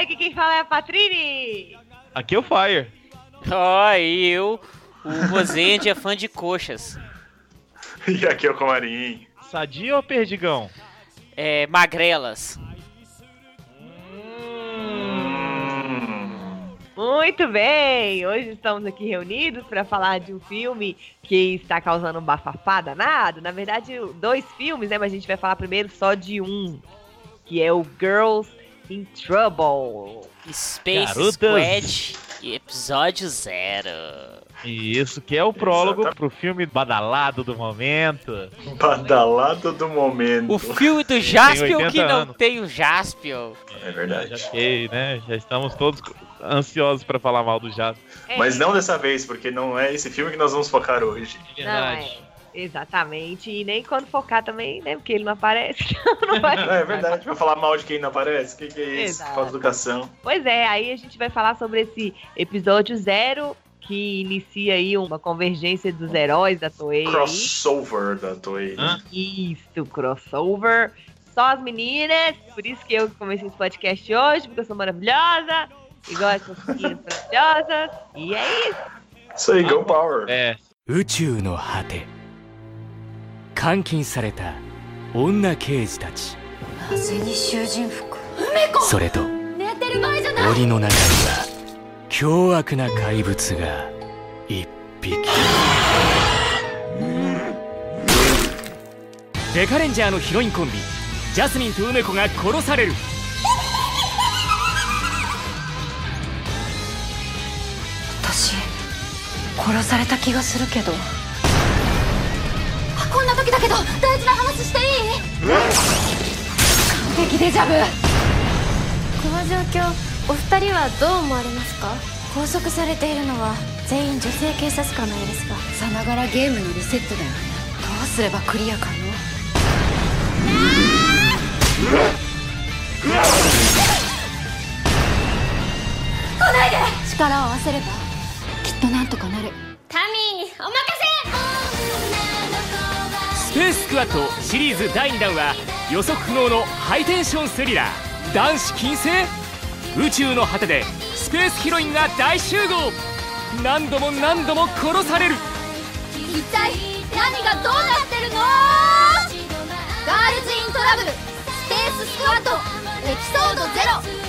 aqui quem fala é a Patrine. Aqui é o Fire. E eu, o Rosende, é fã de coxas. E aqui é o Comarim. Sadia ou perdigão? Magrelas. Muito bem, hoje estamos aqui reunidos para falar de um filme que está causando um bafafá danado. Na verdade, 2 filmes, né? Mas a gente vai falar primeiro só de um, que é o Girls in Trouble. Space Garotas. Squad, episódio 0. Isso, que é o prólogo pro filme badalado do momento. Badalado do momento. O filme do Jaspion 80 que não anos. tem o Jaspion. É verdade. Já fiquei, né? Já estamos todos ansiosos pra falar mal do Jasper. Mas não dessa vez, porque não é esse filme que nós vamos focar hoje. Verdade. Exatamente, e nem quando focar também, né? Porque ele não aparece. Não vai. É verdade, vai falar mal de quem não aparece? O que é isso? Exato. Falta de educação. Pois é, aí a gente vai falar sobre esse episódio 0, que inicia aí uma convergência dos heróis da Toei. Crossover da Toei. Hã? Isso, crossover. Só as meninas, por isso que eu comecei esse podcast hoje, porque eu sou maravilhosa, igual essas meninas maravilhosas, e é isso. Isso aí, Go Power. 宇宙の果て監禁された女刑事たちなぜに囚人服それと寝てる場合じゃない檻の中には凶悪な怪物が一匹デカレンジャーのヒロインコンビジャスミンと梅子が殺される私殺された気がするけどこんな時だけど大事な話していい？完璧デジャブ。この状況お二人はどう思われますか？拘束されているのは全員女性警察官のようですが、さながらゲームのリセットだよね。どうすればクリア可能？来ないで！力を合わせればきっとなんとかなる。タミーにお任せ！ スペースクワットシリーズ第2弾は予測不能のハイテンションスリラー男子禁制宇宙の果てでスペースヒロインが大集合何度も何度も殺される一体何がどうなってるの？ガールズイントラブルスペーススクワットエピソード0。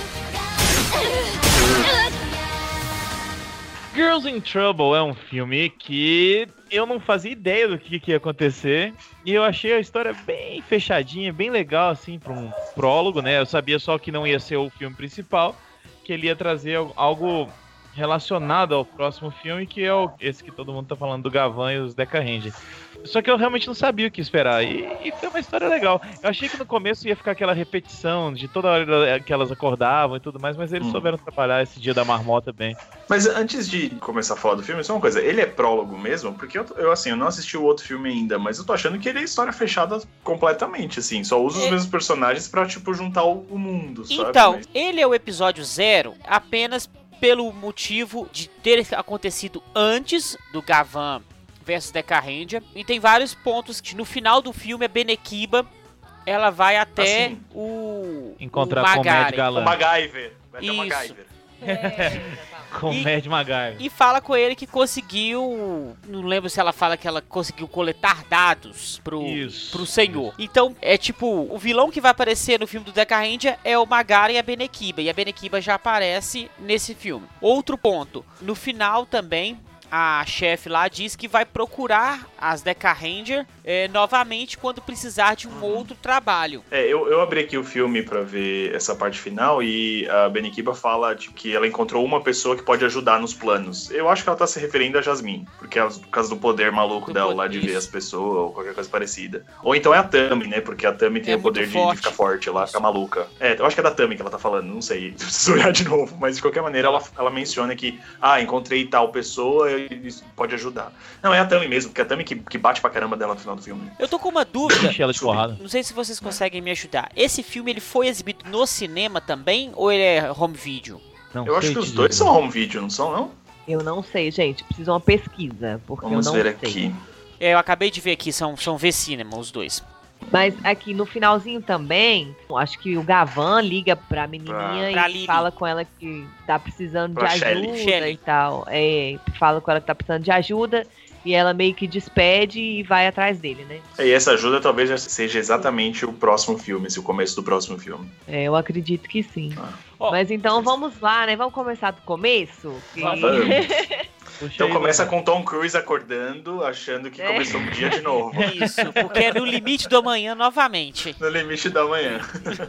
Girls in Trouble é um filme que eu não fazia ideia do que ia acontecer. E eu achei a história bem fechadinha, bem legal, assim, para um prólogo, né? Eu sabia só que não ia ser o filme principal, que ele ia trazer algo relacionado ao próximo filme, que é esse que todo mundo tá falando, do Gavan e os Deca Ranger. Só que eu realmente não sabia o que esperar. E foi uma história legal. Eu achei que no começo ia ficar aquela repetição de toda hora que elas acordavam e tudo mais, mas eles souberam trabalhar esse dia da marmota bem. Mas antes de começar a falar do filme, só uma coisa, ele é prólogo mesmo? Porque eu assim, eu não assisti o outro filme ainda, mas eu tô achando que ele é história fechada completamente, assim, só usa os mesmos personagens pra, tipo, juntar o mundo, sabe? Então, Mas... ele é o episódio 0 apenas pelo motivo de ter acontecido antes do Gavan versus Deca Ranger. E tem vários pontos que no final do filme a Benekiba, ela vai até encontrar o com o Mad Galã. O MacGyver. Vai ter o Isso. MacGyver. Com o Mad MacGyver. E fala com ele que conseguiu, não lembro se ela fala que ela conseguiu coletar dados pro senhor. Então, é tipo, o vilão que vai aparecer no filme do Deca Ranger é o Magara e a Benekiba. E a Benekiba já aparece nesse filme. Outro ponto, no final também, a chefe lá diz que vai procurar as Deca Ranger novamente quando precisar de um outro trabalho. Eu abri aqui o filme pra ver essa parte final e a Benekiba fala de que ela encontrou uma pessoa que pode ajudar nos planos. Eu acho que ela tá se referindo a Jasmine, porque é por causa do poder maluco dela lá de ver as pessoas ou qualquer coisa parecida. Ou então é a Tami, né? Porque a Tami tem o poder de ficar forte lá, ficar maluca. Eu acho que é da Tami que ela tá falando, não sei, preciso olhar de novo. Mas de qualquer maneira ela menciona que, encontrei tal pessoa e pode ajudar. Não, é a Tami mesmo, porque é a Tami que bate pra caramba dela no final do filme. Eu tô com uma dúvida. Ela de porrada. Não sei se vocês conseguem me ajudar. Esse filme ele foi exibido no cinema também ou ele é home video? Não eu acho que os dois são home video, não são, não? Eu não sei, gente. Preciso uma pesquisa, porque Vamos eu não ver sei. aqui. Eu acabei de ver aqui, são V-Cinema, os dois. Mas aqui no finalzinho também, acho que o Gavan liga pra menininha e fala com ela que tá precisando de ajuda e tal. Fala com ela que tá precisando de ajuda e ela meio que despede e vai atrás dele, né? E essa ajuda talvez já seja exatamente o próximo filme, o começo do próximo filme. Eu acredito que sim. Mas então vamos lá, né? Vamos começar do começo? Vamos. Então começa com Tom Cruise acordando, achando que começou um dia de novo. Isso, porque é no limite do amanhã novamente. No limite do amanhã.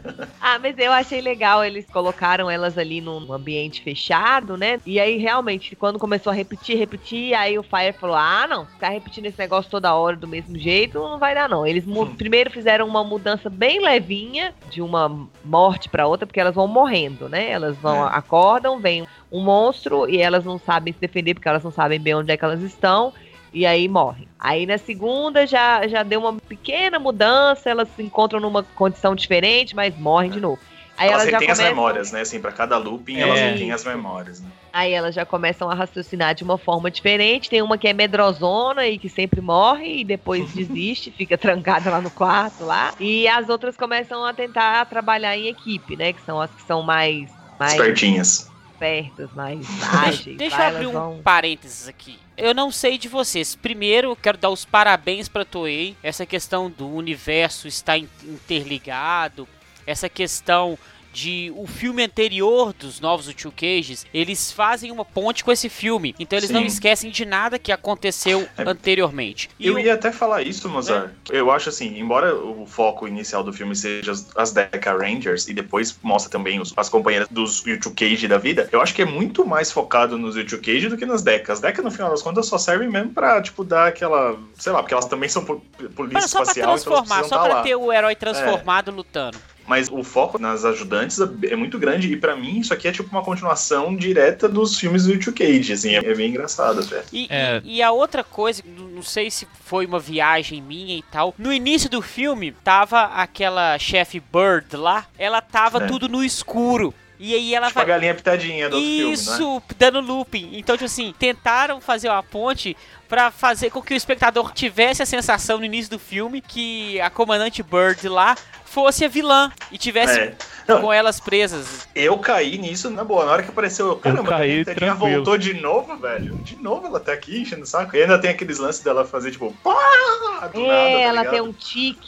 Mas eu achei legal, eles colocaram elas ali num ambiente fechado, né? E aí, realmente, quando começou a repetir, aí o Fire falou, não, ficar repetindo esse negócio toda hora do mesmo jeito, não vai dar não. Eles primeiro fizeram uma mudança bem levinha, de uma morte pra outra, porque elas vão morrendo, né? Elas acordam, vem um monstro e elas não sabem se defender porque elas não sabem bem onde é que elas estão e aí morrem. Aí na segunda já deu uma pequena mudança, elas se encontram numa condição diferente, mas morrem de novo. Aí elas retêm as memórias, né? Assim, pra cada looping elas retêm as memórias, né? Aí elas já começam a raciocinar de uma forma diferente. Tem uma que é medrosona e que sempre morre e depois desiste, fica trancada lá no quarto lá. E as outras começam a tentar trabalhar em equipe, né? Que são as que são mais espertinhas. Pertas, mais ágeis. Deixa eu abrir um parênteses aqui. Eu não sei de vocês. Primeiro, eu quero dar os parabéns pra Toei. Essa questão do universo estar interligado. Essa questão de o filme anterior dos novos Uchiukages, eles fazem uma ponte com esse filme. Então eles não esquecem de nada que aconteceu anteriormente. Eu ia até falar isso, Mozart. Eu acho assim, embora o foco inicial do filme seja as Deca Rangers, e depois mostra também as companheiras dos Uchiukage da vida, eu acho que é muito mais focado nos Uchiukage do que nas Deca. As Deca, no final das contas, só servem mesmo pra, tipo, dar aquela... Sei lá, porque elas também são polícia espacial, então elas só pra ter o herói transformado lutando. Mas o foco nas ajudantes é muito grande, e pra mim isso aqui é tipo uma continuação direta dos filmes do Uchiukage, assim, é bem engraçado até. E a outra coisa, não sei se foi uma viagem minha e tal, no início do filme tava aquela chefe Bird lá, ela tava tudo no escuro. E aí ela tipo a galinha pitadinha do outro filme, né? Isso, dando looping. Então, tipo assim, tentaram fazer uma ponte pra fazer com que o espectador tivesse a sensação no início do filme que a comandante Bird lá fosse a vilã e tivesse com elas presas. Eu caí nisso, na boa. Na hora que apareceu, caramba, a pitadinha voltou de novo, velho. De novo ela tá aqui enchendo o saco. E ainda tem aqueles lances dela fazer, tipo, pá! Do nada, ela tem um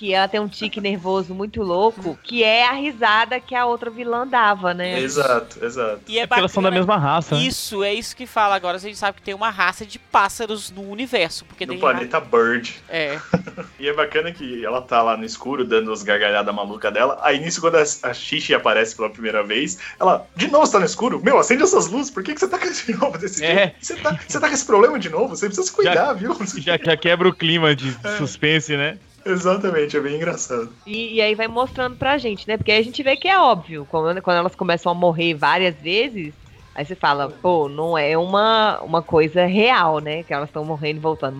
tique nervoso muito louco, que é a risada que a outra vilã dava, né? Exato. E é porque elas são da mesma raça. Isso, é isso que fala. Agora a gente sabe que tem uma raça de pássaros no universo. Porque no planeta Bird. É. E é bacana que ela tá lá no escuro, dando as gargalhadas malucas dela. Aí nisso, quando a Xixi aparece pela primeira vez, ela, de novo você tá no escuro? Meu, acende essas luzes, por que você tá de novo desse jeito? Você tá com esse problema de novo? Você precisa se cuidar, viu? Já quebra o clima de suspense, né? Exatamente, é bem engraçado. E aí vai mostrando pra gente, né? Porque aí a gente vê que é óbvio, quando elas começam a morrer várias vezes, aí você fala, pô, não é uma coisa real, né? Que elas estão morrendo e voltando,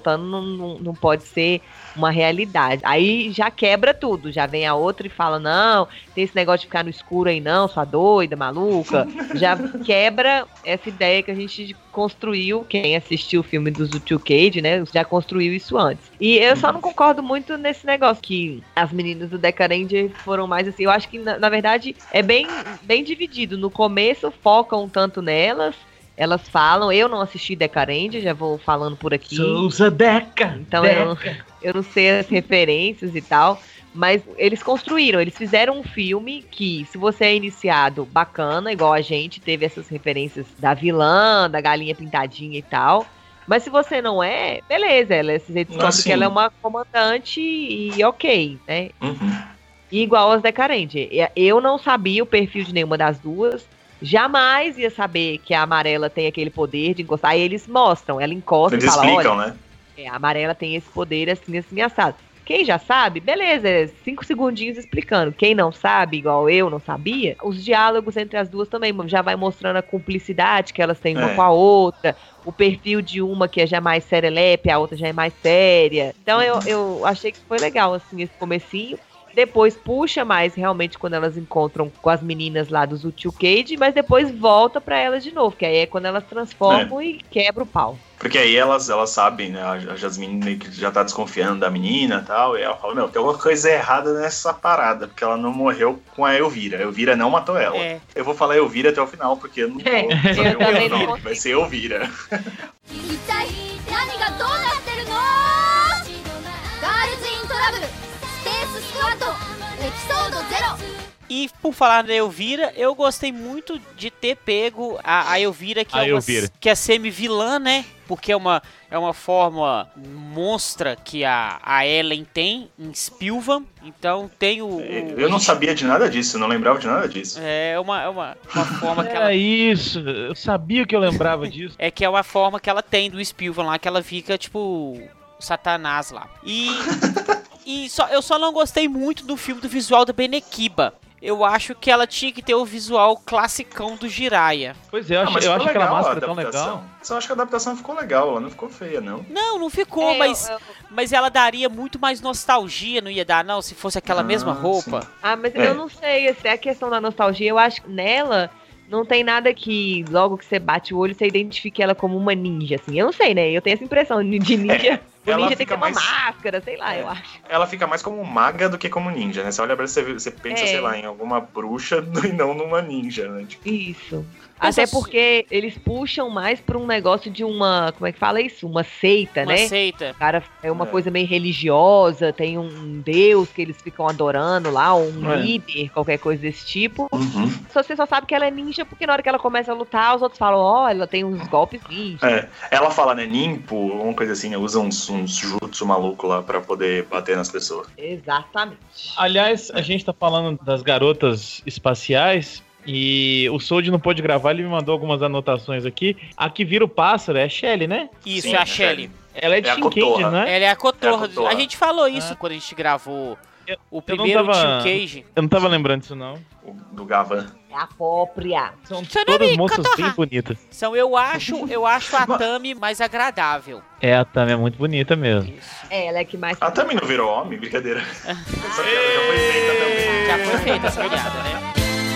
não pode ser uma realidade. Aí já quebra tudo, já vem a outra e fala, não, tem esse negócio de ficar no escuro aí não, sua doida, maluca. Já quebra essa ideia que a gente construiu, quem assistiu o filme dos Uchiukage, né, já construiu isso antes. E eu só não concordo muito nesse negócio que as meninas do Deca Ranger foram mais assim, eu acho que na verdade é bem dividido. No começo focam um tanto nelas, elas falam, eu não assisti Deca Ranger, já vou falando por aqui. Souza Deca! Então eu não sei as referências e tal, mas eles fizeram um filme que, se você é iniciado, bacana, igual a gente, teve essas referências da vilã, da galinha pintadinha e tal, mas se você não é, beleza, você descobre que ela é uma comandante e ok, né? E igual as Deca Ranger. Eu não sabia o perfil de nenhuma das duas, jamais ia saber que a amarela tem aquele poder de encostar. Aí eles mostram, ela encosta e fala, explicam, olha, né? A amarela tem esse poder assim, assado. Quem já sabe, beleza, 5 segundinhos explicando. Quem não sabe, igual eu não sabia, os diálogos entre as duas também já vai mostrando a cumplicidade que elas têm uma com a outra, o perfil de uma que é já mais serelepe, a outra já é mais séria. Então eu achei que foi legal, assim, esse comecinho. depois puxa mais realmente quando elas encontram com as meninas lá do Tio Cage, mas depois volta pra elas de novo, que aí é quando elas transformam e quebra o pau. Porque aí elas sabem, né? A Jasmine que já tá desconfiando da menina e tal, e ela fala, tem alguma coisa errada nessa parada, porque ela não morreu com a Elvira. A Elvira não matou ela. Eu vou falar Elvira até o final, porque eu não vou saber o nome. Vai ser Elvira. E por falar da Elvira, eu gostei muito de ter pego a Elvira, que é semi-vilã, né? Porque é uma forma monstra que a Ellen tem em Spilvan. Então tem eu não sabia de nada disso, não lembrava de nada disso. É uma forma que ela... É isso, eu sabia que eu lembrava disso. É que é uma forma que ela tem do Spilvan lá, que ela fica tipo Satanás lá. Eu só não gostei muito do filme do visual da Benekiba. Eu acho que ela tinha que ter o visual classicão do Jiraiya. Pois é, eu acho aquela máscara tão legal. Só acho que a adaptação ficou legal, ela não ficou feia, não. Não ficou, mas ela daria muito mais nostalgia, não ia dar, não, se fosse aquela mesma roupa. Sim. Mas eu não sei, se é a questão da nostalgia, eu acho que nela não tem nada que, logo que você bate o olho, você identifique ela como uma ninja, assim. Eu não sei, né? Eu tenho essa impressão de ninja. O ninja tem que ter uma máscara, sei lá, eu acho. Ela fica mais como maga do que como ninja, né? Você olha pra você pensa, sei lá, em alguma bruxa e não numa ninja, né? Tipo... Isso. Até porque eles puxam mais pra um negócio de uma... Como é que fala isso? Uma seita, né? Uma seita. Cara, é uma coisa meio religiosa, tem um deus que eles ficam adorando lá, um líder, qualquer coisa desse tipo. Você só sabe que ela é ninja porque na hora que ela começa a lutar, os outros falam, ela tem uns golpes ninja. Ela fala, né, nimpo, uma coisa assim, né? Usa uns jutsu maluco lá pra poder bater nas pessoas. Exatamente. Aliás, a gente tá falando das garotas espaciais... E o Sold não pôde gravar, ele me mandou algumas anotações aqui. A que vira o pássaro é a Shelly, né? Isso, sim, é a Shelly. Ela é de Shinkendi, né? Ela é a Cotorra. A gente falou isso quando a gente gravou o primeiro Tio Cage. Eu não tava lembrando disso, não. Do Gavan. É a própria. São todas moças bem bonitas. Eu acho a Tami mais agradável. A Tami é muito bonita mesmo. Isso. Ela é que mais... A Tami não virou homem? Brincadeira. Essa piada já foi feita também. Já foi feita essa piada, né?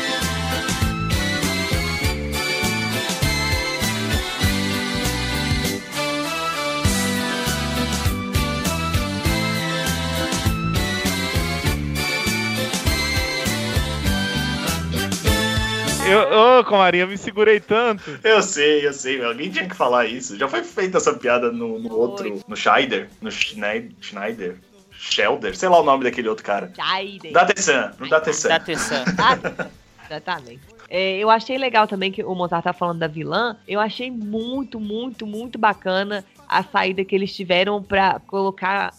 Comarinha, eu me segurei tanto. Eu sei. Alguém tinha que falar isso. Já foi feita essa piada no outro... No Schneider? Shelder? Sei lá o nome daquele outro cara. Datesan. Exatamente. Eu achei legal também que o Mozart tá falando da vilã. Eu achei muito, muito, muito bacana a saída que eles tiveram pra colocar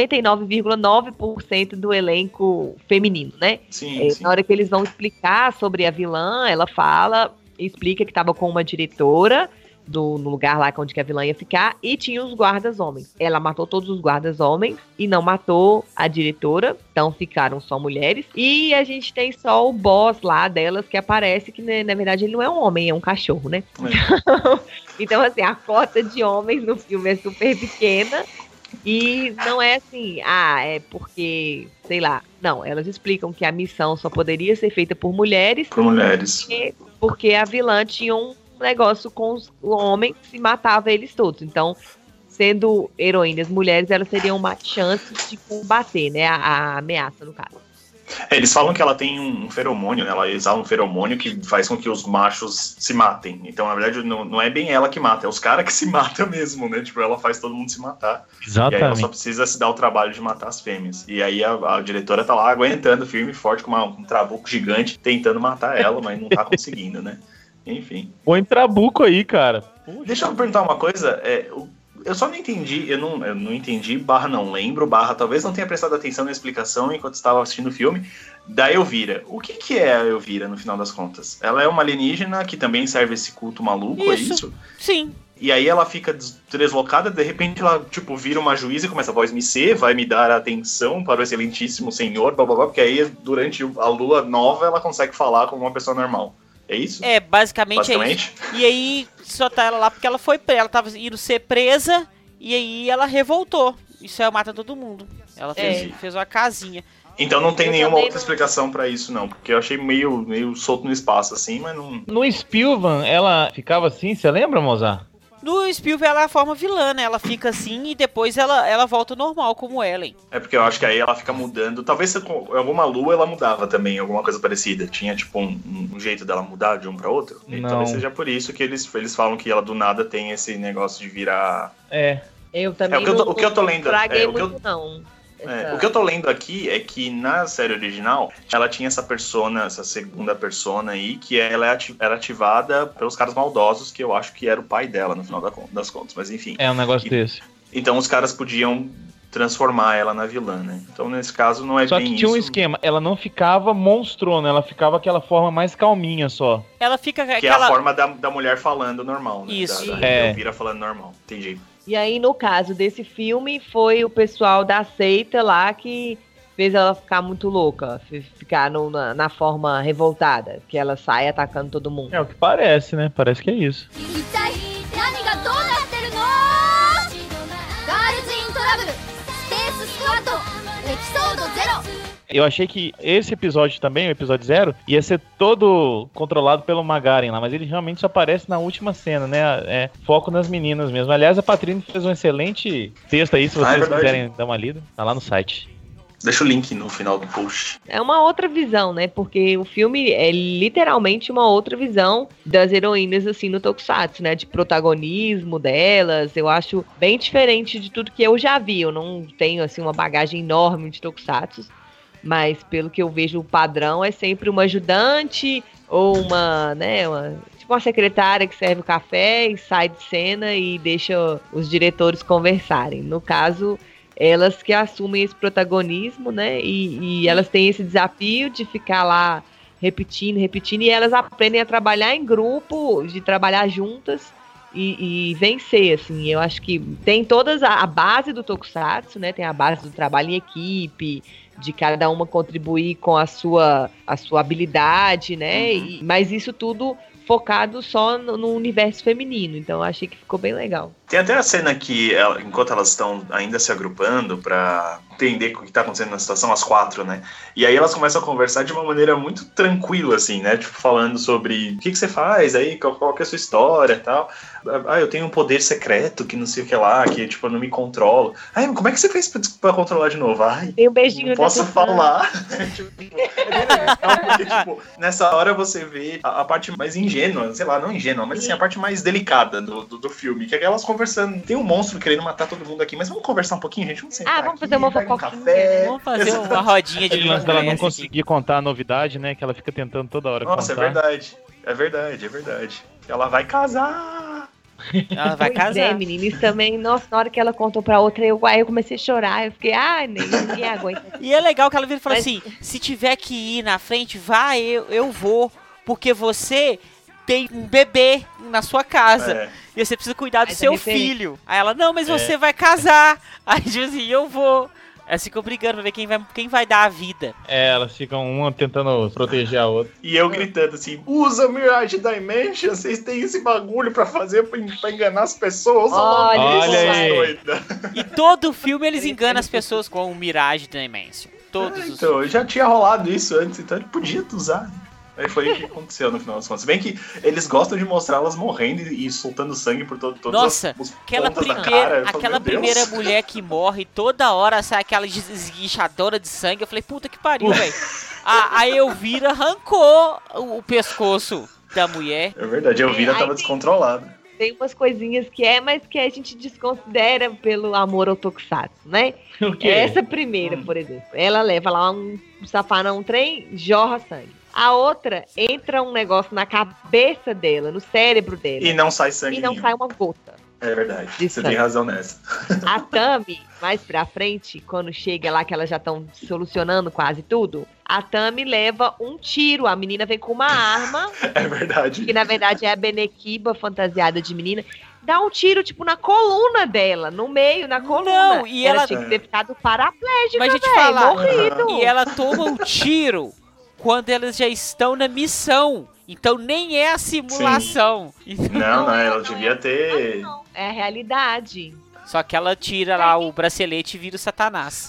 99,9% do elenco feminino, né? Sim. Na hora que eles vão explicar sobre a vilã, ela explica que tava com uma diretora no lugar lá onde que a vilã ia ficar, e tinha os guardas homens. Ela matou todos os guardas homens e não matou a diretora, então ficaram só mulheres. E a gente tem só o boss lá delas, que aparece que, na verdade, ele não é um homem, é um cachorro, né? Então, assim, a cota de homens no filme é super pequena. E não é assim, é porque, sei lá. Não, elas explicam que a missão só poderia ser feita por mulheres. Porque a vilã tinha um negócio com os homens e matava eles todos. Então, sendo heroínas mulheres, elas teriam uma chance de combater, né, a ameaça, no caso. Eles falam que ela tem um feromônio, né? Ela exala um feromônio que faz com que os machos se matem. Então, na verdade, não é bem ela que mata, é os caras que se matam mesmo, né? Tipo, ela faz todo mundo se matar. Exatamente. E aí ela só precisa se dar o trabalho de matar as fêmeas. E aí a diretora tá lá aguentando firme e forte com um trabuco gigante, tentando matar ela, mas não tá conseguindo, né? Enfim. Põe trabuco aí, cara. Puxa. Deixa eu perguntar uma coisa. Eu só não entendi, eu não entendi, não lembro, talvez não tenha prestado atenção na explicação enquanto estava assistindo o filme, da Elvira. O que é a Elvira, no final das contas? Ela é uma alienígena que também serve esse culto maluco, é isso? Sim. E aí ela fica deslocada, de repente ela, tipo, vira uma juíza e começa a voz me ser, vai me dar atenção para o excelentíssimo senhor, blá blá blá, porque aí durante a lua nova ela consegue falar como uma pessoa normal. É isso? Basicamente é isso. E aí, só tá ela lá porque ela foi presa. Ela tava indo ser presa e aí ela revoltou. Isso aí mata todo mundo. Ela fez uma casinha. Então não tem nenhuma outra explicação pra isso, não. Porque eu achei meio solto no espaço, assim, mas não... No Spielvan, ela ficava assim, você lembra, Mozart? No Spielberg ela é a forma vilã, né? Ela fica assim e depois ela volta normal, como Ellen. É porque eu acho que aí ela fica mudando. Talvez em alguma lua ela mudava também, alguma coisa parecida. Tinha tipo um jeito dela mudar de um pra outro. E talvez seja por isso que eles falam que ela do nada tem esse negócio de virar... Eu também o que eu tô lendo... não. O que eu tô lendo aqui é que na série original ela tinha essa persona, essa segunda persona aí, que ela era ativada pelos caras maldosos, que eu acho que era o pai dela no final das contas, mas enfim. É um negócio desse. Então os caras podiam transformar ela na vilã, né? Então nesse caso não é só bem que tinha isso. Um esquema, ela não ficava monstrona, ela ficava aquela forma mais calminha só. Ela fica que é a forma da mulher falando normal, né? Isso. Da Elvira falando normal, entendi. E aí, no caso desse filme, foi o pessoal da seita lá que fez ela ficar muito louca, ficar na forma revoltada, que ela sai atacando todo mundo. É o que parece, né? Parece que é isso. Eu achei que esse episódio também, o episódio 0, ia ser todo controlado pelo Magaren lá, mas ele realmente só aparece na última cena, né? Foco nas meninas mesmo. Aliás, a Patrícia fez um excelente texto aí, se vocês quiserem dar uma lida, tá lá no site. Deixa o link no final do post. É uma outra visão, né? Porque o filme é literalmente uma outra visão das heroínas, assim, no Tokusatsu, né? De protagonismo delas. Eu acho bem diferente de tudo que eu já vi. Eu não tenho, assim, uma bagagem enorme de Tokusatsu. Mas pelo que eu vejo, o padrão é sempre uma ajudante ou uma secretária que serve o café e sai de cena e deixa os diretores conversarem. No caso, elas que assumem esse protagonismo, né? E elas têm esse desafio de ficar lá repetindo, e elas aprendem a trabalhar em grupo, de trabalhar juntas e vencer, assim. Eu acho que tem todas a base do Tokusatsu, né? Tem a base do trabalho em equipe, de cada uma contribuir com a sua habilidade, né? Mas isso tudo focado só no universo feminino. Então eu achei que ficou bem legal. Tem até a cena que, enquanto elas estão ainda se agrupando pra entender o que tá acontecendo na situação, as 4, né? E aí elas começam a conversar de uma maneira muito tranquila, assim, né? Tipo, falando sobre o que você faz aí, qual que é a sua história e tal. Ah, eu tenho um poder secreto que não sei o que lá, que, tipo, eu não me controlo. Ai, como é que você fez pra controlar de novo? Ai, tem um beijinho, não posso falar. Tipo, é bem legal, porque, tipo, nessa hora você vê a parte mais ingênua, sei lá, não ingênua, mas assim, a parte mais delicada do filme, que é elas conversando. Tem um monstro querendo matar todo mundo aqui, mas vamos conversar um pouquinho, gente? Vamos sentar vamos aqui, fazer uma fofoquinha. Vamos fazer uma rodinha de lance dela não conseguir contar a novidade, né? Que ela fica tentando toda hora contar. Nossa, é verdade. Ela vai casar. Ela vai casar. Menina, isso também, nossa, na hora que ela contou pra outra, eu comecei a chorar, eu fiquei, ninguém aguenta. E é legal que ela vira e fala assim, se tiver que ir na frente, vai, eu vou, porque você tem um bebê na sua casa, e você precisa cuidar do seu filho. Aí ela, não, mas você vai casar. Aí diz assim, eu vou. Elas ficam brigando pra ver quem vai dar a vida. Elas ficam uma tentando proteger a outra. E eu gritando assim, usa o Mirage Dimension, vocês têm esse bagulho pra fazer pra enganar as pessoas. Olha aí. E todo filme eles enganam as pessoas com o Mirage Dimension. Todos os então, já tinha rolado isso antes, então ele podia usar. Aí foi o que aconteceu no final das contas. Se bem que eles gostam de mostrar elas morrendo e soltando sangue por todos os pontas da cara. Aquela primeira mulher que morre, toda hora sai aquela esguichadora de sangue. Eu falei, puta que pariu, velho. A Elvira arrancou o pescoço da mulher. É verdade, a Elvira tava descontrolada. Tem umas coisinhas mas que a gente desconsidera pelo amor ao Tokusatsu, né? Essa primeira, por exemplo, ela leva lá um safanão, um trem, jorra sangue. A outra, entra um negócio na cabeça dela, no cérebro dela. E não sai sangue E não sai uma gota. É verdade, você tem razão nessa. A Tami, mais pra frente, quando chega lá que elas já estão solucionando quase tudo, a Tami leva um tiro. A menina vem com uma arma. É verdade. Que na verdade é a Benekiba fantasiada de menina. Dá um tiro, tipo, na coluna dela, no meio, na coluna. Não, e ela tinha que ter ficado paraplégica, mas a gente fala, morrido. E ela toma um tiro quando elas já estão na missão. Então nem é a simulação. Não, ela devia ter... Não, é a realidade. Só que ela tira lá o bracelete e vira o Satanás.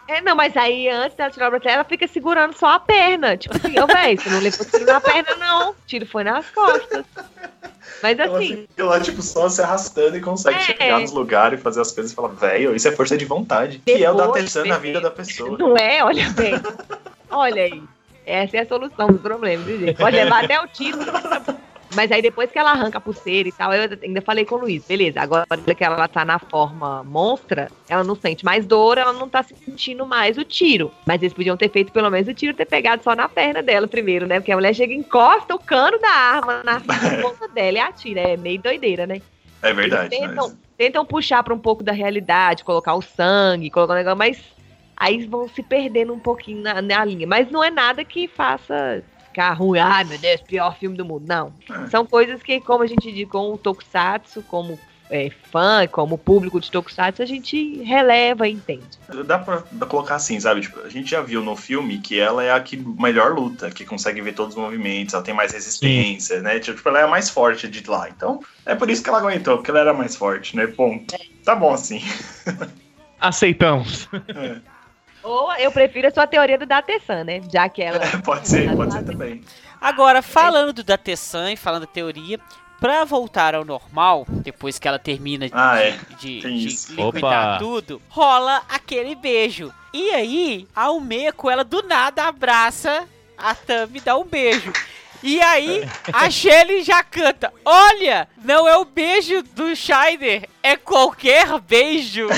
Não, mas aí antes dela tirar o bracelete, ela fica segurando só a perna. Tipo assim, véi, você não levou tiro na perna, não. O tiro foi nas costas. Mas assim... Ela fica lá, tipo, só se arrastando e consegue chegar nos lugares e fazer as coisas e falar, velho, isso é força de vontade. Que é o da Tessan na vida da pessoa. Não é? Olha bem. Olha aí. Essa é a solução do problema, viu, gente? Pode levar até o tiro. Mas aí depois que ela arranca a pulseira e tal, eu ainda falei com o Luiz, beleza, agora que ela tá na forma monstra, ela não sente mais dor, ela não tá sentindo mais o tiro. Mas eles podiam ter feito pelo menos o tiro ter pegado só na perna dela primeiro, né? Porque a mulher chega e encosta o cano da arma na ponta dela e atira. É meio doideira, né? É verdade. Tentam puxar pra um pouco da realidade, colocar o sangue, colocar o negócio, mas aí vão se perdendo um pouquinho na linha. Mas não é nada que faça... ficar ruim, ai meu Deus, pior filme do mundo. Não. São coisas que, como a gente diz, com o Tokusatsu, como fã, como público de Tokusatsu, a gente releva e entende. Dá pra colocar assim, sabe? Tipo, a gente já viu no filme que ela é a que melhor luta, que consegue ver todos os movimentos, ela tem mais resistência, né? Tipo, ela é a mais forte de lá. Então, é por isso que ela aguentou, porque ela era mais forte, né? Ponto. Tá bom assim. Aceitamos. Ou eu prefiro a sua teoria do Datesan, né? Já que ela... Pode ser também. Agora, falando do Datesan e falando da teoria, pra voltar ao normal, depois que ela termina de liquidar tudo, rola aquele beijo. E aí, a Umeko, ela do nada abraça a Tami e dá um beijo. E aí, a Shelly já canta, olha, não é o beijo do Scheider, é qualquer beijo.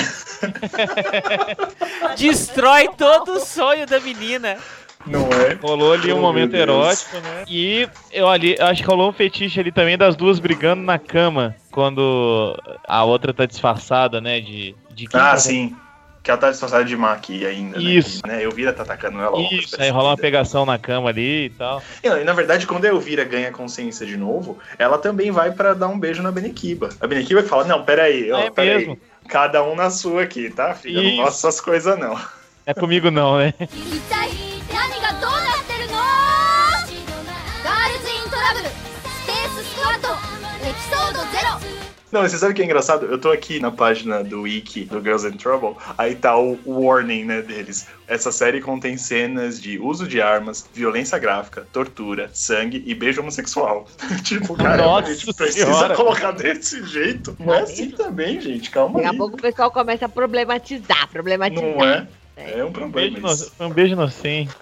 Destrói todo o sonho da menina. Não é? Rolou ali um momento erótico, né? E eu acho que rolou um fetiche ali também das duas brigando na cama, quando a outra tá disfarçada, né? De sim. Que ela tá disfarçada de Maki ainda, Isso. né? Elvira tá atacando ela. Isso, aí rola uma pegação na cama ali e tal. E na verdade, quando a Elvira ganha consciência de novo, ela também vai pra dar um beijo na Benekiba. A Benekiba que fala, não, peraí, mesmo. Cada um na sua aqui, tá, filha? Não gosto dessas coisas, não. É comigo não, né? Não, você sabe o que é engraçado? Eu tô aqui na página do Wiki do Girls in Trouble, aí tá o warning, né, deles. Essa série contém cenas de uso de armas, violência gráfica, tortura, sangue e beijo homossexual. Tipo, cara, a gente precisa colocar desse jeito. Não é assim também, gente, calma aí. Daqui a pouco o pessoal começa a problematizar. Não é? É um problema. Foi um beijo inocente.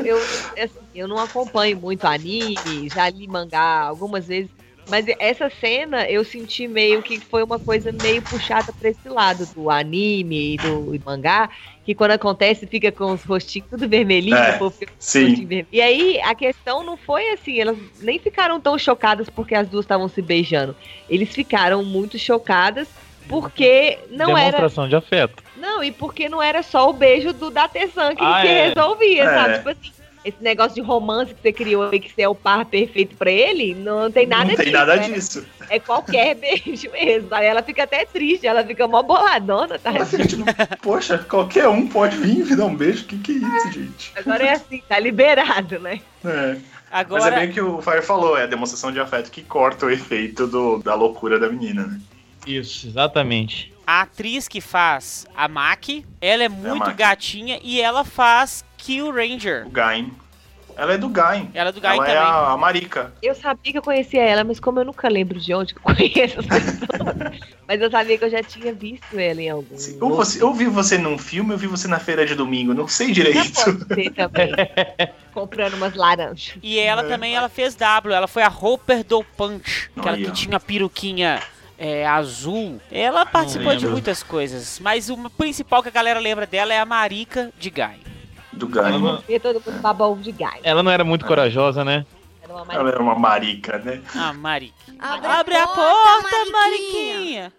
Eu não acompanho muito anime, já li mangá algumas vezes. Mas essa cena eu senti meio que foi uma coisa meio puxada pra esse lado do anime e do mangá, que quando acontece fica com os rostinhos tudo vermelhinho, sim. Vermelho. E aí a questão não foi assim, elas nem ficaram tão chocadas porque as duas estavam se beijando. Eles ficaram muito chocadas porque não era... Demonstração de afeto. Não, e porque não era só o beijo do Datesan que resolvia, sabe? Tipo assim, esse negócio de romance que você criou aí, que você é o par perfeito pra ele, não tem nada disso. Não tem nada disso. É qualquer beijo mesmo. Aí ela fica até triste, ela fica mó boladona, tá? Ela fica tipo, poxa, qualquer um pode vir e dar um beijo. Que é isso, gente? Agora é assim, tá liberado, né? Agora... Mas é bem o que o Fire falou, é a demonstração de afeto que corta o efeito da loucura da menina, né? Isso, exatamente. A atriz que faz a Maki, ela é muito gatinha e ela faz Kill Ranger. O Gain. Ela é do Gain. Ela é do Gain também. Ela é a Marika. Eu sabia que eu conhecia ela, mas como eu nunca lembro de onde que eu conheço as pessoas. Mas eu sabia que eu já tinha visto ela em algum. Eu vi você num filme, eu vi você na feira de domingo, não sei direito. Pode ser também. Comprando umas laranjas. E ela também, ela fez W, ela foi a Hopper do Punch. Aquela que tinha a peruquinha azul. Ela participou de muitas coisas, mas o principal que a galera lembra dela é a Marika de Gain. Do Gain. Todo mundo baba ovo de Gain. Ela não era muito corajosa, né? Ela era uma marica, né? Ah, Marika. Abre a porta, Mariquinha!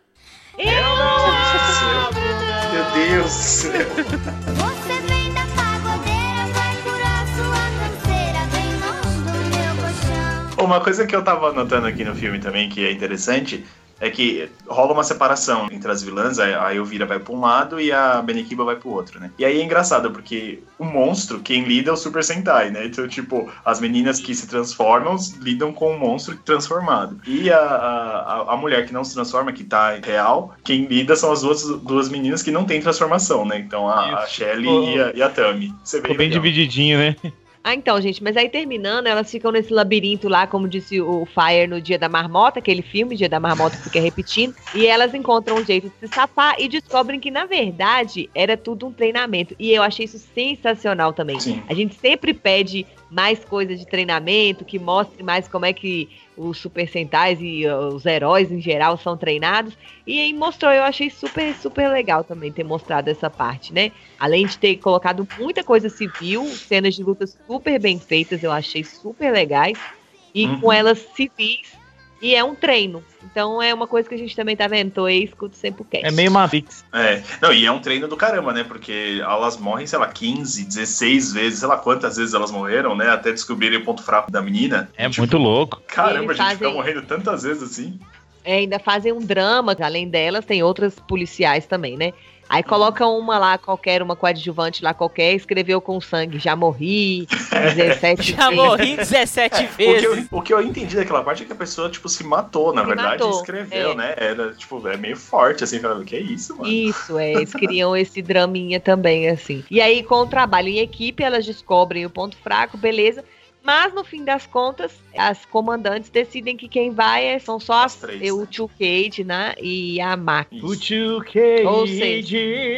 Meu Deus do céu! Você vem da pagodeira, vai curar sua canseira, vem mão do meu colchão. Uma coisa que eu tava notando aqui no filme também, que é interessante, É que rola uma separação entre as vilãs, a Elvira vai pra um lado e a Benekiba vai pro outro, né? E aí é engraçado, porque o monstro, quem lida é o Super Sentai, né? Então, tipo, as meninas que se transformam lidam com o monstro transformado. E a mulher que não se transforma, que tá real, quem lida são as duas meninas que não tem transformação, né? Então, a Shelly e a Tami. Ficou bem divididinho, né? Então, gente, mas aí terminando, elas ficam nesse labirinto lá, como disse o Fire no Dia da Marmota, aquele filme, Dia da Marmota, que fica repetindo, e elas encontram um jeito de se safar e descobrem que, na verdade, era tudo um treinamento. E eu achei isso sensacional também. Sim. A gente sempre pede mais coisas de treinamento, que mostre mais como é que os Super Sentais e os heróis em geral são treinados, e aí mostrou, eu achei super, super legal também ter mostrado essa parte, né? Além de ter colocado muita coisa civil, cenas de lutas super bem feitas, eu achei super legais, e com elas civis, e é um treino. Então é uma coisa que a gente também tá vendo. Toei, escuto sempre o cast. É meio Matrix. Não, e é um treino do caramba, né? Porque elas morrem, sei lá, 15, 16 vezes, sei lá quantas vezes elas morreram, né? Até descobrirem o ponto fraco da menina. É tipo, muito louco. Caramba, a gente fica morrendo tantas vezes assim. Ainda fazem um drama, além delas, tem outras policiais também, né? Aí coloca uma lá qualquer, uma coadjuvante lá qualquer, escreveu com sangue, já morri 17 vezes. Já morri 17 vezes. O que eu entendi daquela parte é que a pessoa, tipo, se matou, na verdade, e escreveu, né? Era, tipo, é meio forte, assim, falando, que é isso, mano? Isso, eles criam esse draminha também, assim. E aí, com o trabalho em equipe, elas descobrem o ponto fraco, beleza. Mas, no fim das contas, as comandantes decidem que quem vai são só as três, o Tio Cage, né? E a Maki. O Tio Cage. Ou seja,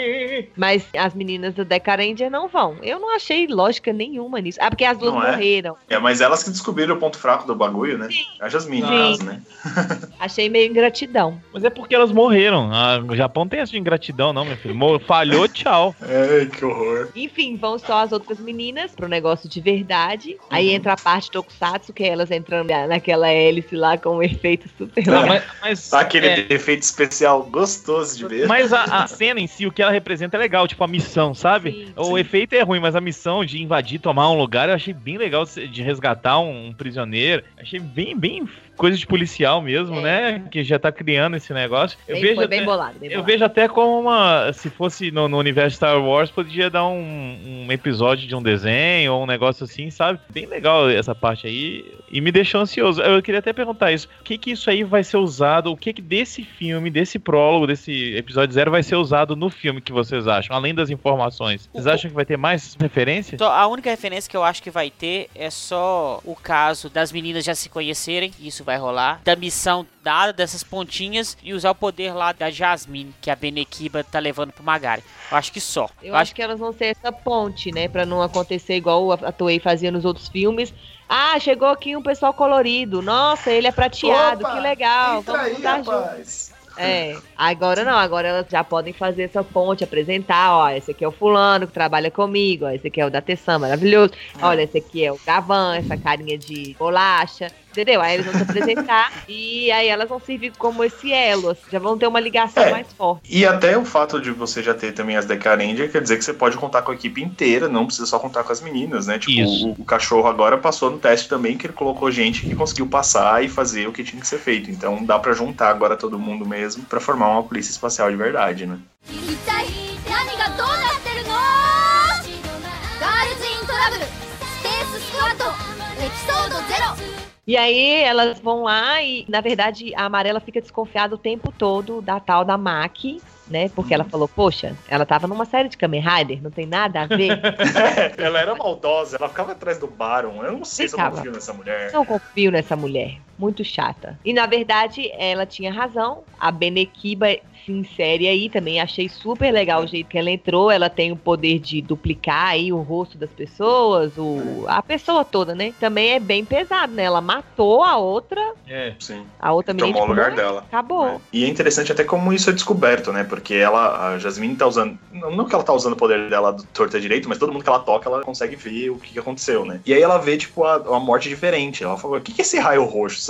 mas as meninas do Deca Ranger não vão. Eu não achei lógica nenhuma nisso. Ah, porque as duas morreram. Mas elas que descobriram o ponto fraco do bagulho, né? Sim. A Jasmine, no caso, né? Achei meio ingratidão. Mas é porque elas morreram. O Japão tem essa de ingratidão, não, meu filho. Falhou, tchau. Ai, que horror. Enfim, vão só as outras meninas pro negócio de verdade. Aí entra a parte Tokusatsu, que é elas entrando naquela hélice lá com um efeito super legal. Tá aquele efeito especial gostoso de ver. Mas a cena em si, o que ela representa é legal, tipo a missão, sabe? Sim, o efeito é ruim, mas a missão de invadir, tomar um lugar, eu achei bem legal, de resgatar um prisioneiro. Achei bem coisa de policial mesmo, né? Que já tá criando esse negócio. Foi bem bolado. Eu vejo até como se fosse no universo Star Wars, podia dar um episódio de um desenho ou um negócio assim, sabe? Bem legal essa parte aí e me deixou ansioso. Eu queria até perguntar isso. O que isso aí vai ser usado? O que desse filme, desse prólogo, desse episódio 0 vai ser usado no filme que vocês acham? Além das informações. Vocês acham que vai ter mais referência? A única referência que eu acho que vai ter é só o caso das meninas já se conhecerem. Isso vai rolar. Da missão dada, dessas pontinhas, e usar o poder lá da Jasmine, que a Benekiba tá levando pro Magari. Eu acho que só. Eu acho que elas vão ser essa ponte, né? Pra não acontecer igual a Toei fazia nos outros filmes. Ah, chegou aqui um pessoal colorido. Nossa, ele é prateado. Opa, que legal. Vamos mudar juntos. Agora não, agora elas já podem fazer essa ponte, apresentar, ó, esse aqui é o fulano que trabalha comigo, ó, esse aqui é o da Tessan, maravilhoso, olha, esse aqui é o Gavan, essa carinha de bolacha, entendeu? Aí eles vão se apresentar e aí elas vão servir como esse elo, assim, já vão ter uma ligação mais forte. E até o fato de você já ter também as Deca Ranger quer dizer que você pode contar com a equipe inteira, não precisa só contar com as meninas, né? Tipo, o cachorro agora passou no teste também, que ele colocou gente que conseguiu passar e fazer o que tinha que ser feito, então dá pra juntar agora todo mundo mesmo pra formar uma polícia espacial de verdade, né? E aí elas vão lá e, na verdade, a Amarela fica desconfiada o tempo todo da tal da Maki, né? Porque ela falou, poxa, ela tava numa série de Kamen Rider, não tem nada a ver. Ela era maldosa, ela ficava atrás do Baron. Eu não sei se eu confio nessa mulher. Não confio nessa mulher. Muito chata. E, na verdade, ela tinha razão. A Benekiba se insere aí também. Achei super legal o jeito que ela entrou. Ela tem o poder de duplicar aí o rosto das pessoas, a pessoa toda, né? Também é bem pesado, né? Ela matou a outra. Sim. A outra menina tomou o lugar dela. Acabou. E é interessante até como isso é descoberto, né? Porque a Jasmine tá usando... Não que ela tá usando o poder dela do torto direito, mas todo mundo que ela toca, ela consegue ver o que aconteceu, né? E aí ela vê, tipo, a morte diferente. Ela falou, o que é esse raio roxo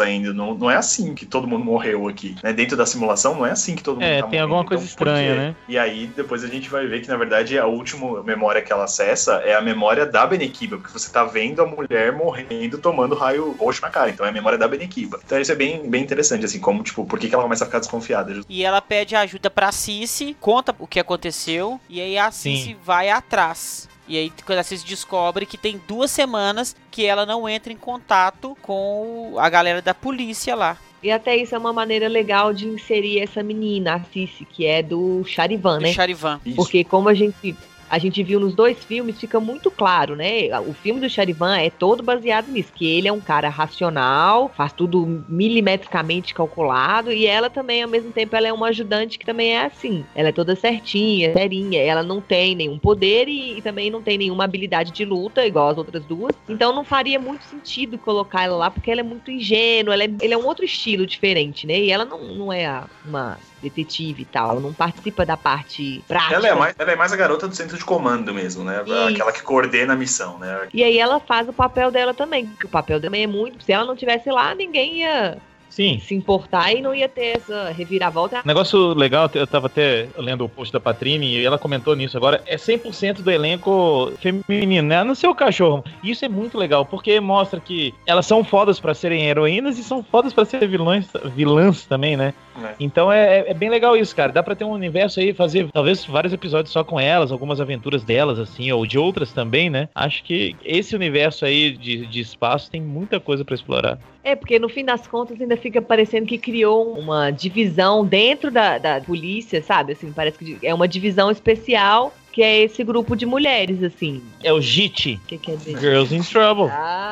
saindo. Não é assim que todo mundo morreu aqui, né? Dentro da simulação, não é assim que todo mundo tá morrendo. Tem alguma coisa estranha, né? E aí, depois a gente vai ver que, na verdade, a última memória que ela acessa é a memória da Benekiba, porque você tá vendo a mulher morrendo, tomando raio roxo na cara. Então é a memória da Benekiba. Então isso é bem, bem interessante, assim, como, tipo, por que ela começa a ficar desconfiada. E ela pede ajuda pra Cici, conta o que aconteceu, e aí a Cici vai atrás. E aí, quando a Cici descobre que tem 2 semanas que ela não entra em contato com a galera da polícia lá. E até isso é uma maneira legal de inserir essa menina, a Cici, que é do Charivan, né? Do Charivan. Porque como a gente viu nos 2 filmes, fica muito claro, né? O filme do Charivan é todo baseado nisso, que ele é um cara racional, faz tudo milimetricamente calculado, e ela também, ao mesmo tempo, ela é uma ajudante que também é assim. Ela é toda certinha, serinha, ela não tem nenhum poder e também não tem nenhuma habilidade de luta, igual as outras 2. Então não faria muito sentido colocar ela lá, porque ela é muito ingênua, ele é um outro estilo diferente, né? E ela não é uma detetive e tal, ela não participa da parte prática. Ela é mais a garota do centro de comando mesmo, né? Isso. Aquela que coordena a missão, né? E aí ela faz o papel dela também, porque o papel dela também é muito... Se ela não estivesse lá, ninguém ia... se importar e não ia ter essa reviravolta. Negócio legal, eu tava até lendo o post da Patrine e ela comentou nisso agora, é 100% do elenco feminino, né? No seu cachorro. Isso é muito legal, porque mostra que elas são fodas pra serem heroínas e são fodas pra ser vilãs também, né? Então é bem legal isso, cara. Dá pra ter um universo aí, fazer talvez vários episódios só com elas, algumas aventuras delas, assim, ou de outras também, né? Acho que esse universo aí de espaço tem muita coisa pra explorar. Porque no fim das contas ainda fica parecendo que criou uma divisão dentro da polícia, sabe? Assim, parece que é uma divisão especial, que é esse grupo de mulheres, assim. É o JIT. O que quer dizer? Girls in Trouble.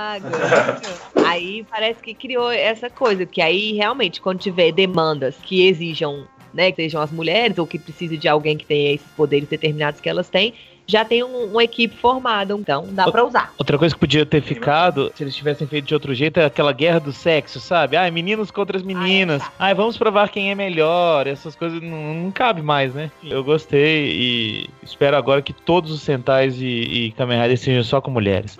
Aí parece que criou essa coisa, que aí realmente, quando tiver demandas que exijam, né, que sejam as mulheres, ou que precise de alguém que tenha esses poderes determinados que elas têm, já tem uma equipe formada, então dá pra usar. Outra coisa que podia ter ficado, se eles tivessem feito de outro jeito, é aquela guerra do sexo, sabe? Meninos contra as meninas. Vamos provar quem é melhor. Essas coisas não cabe mais, né? Eu gostei e espero agora que todos os Sentais e Kamen Rider sejam só com mulheres.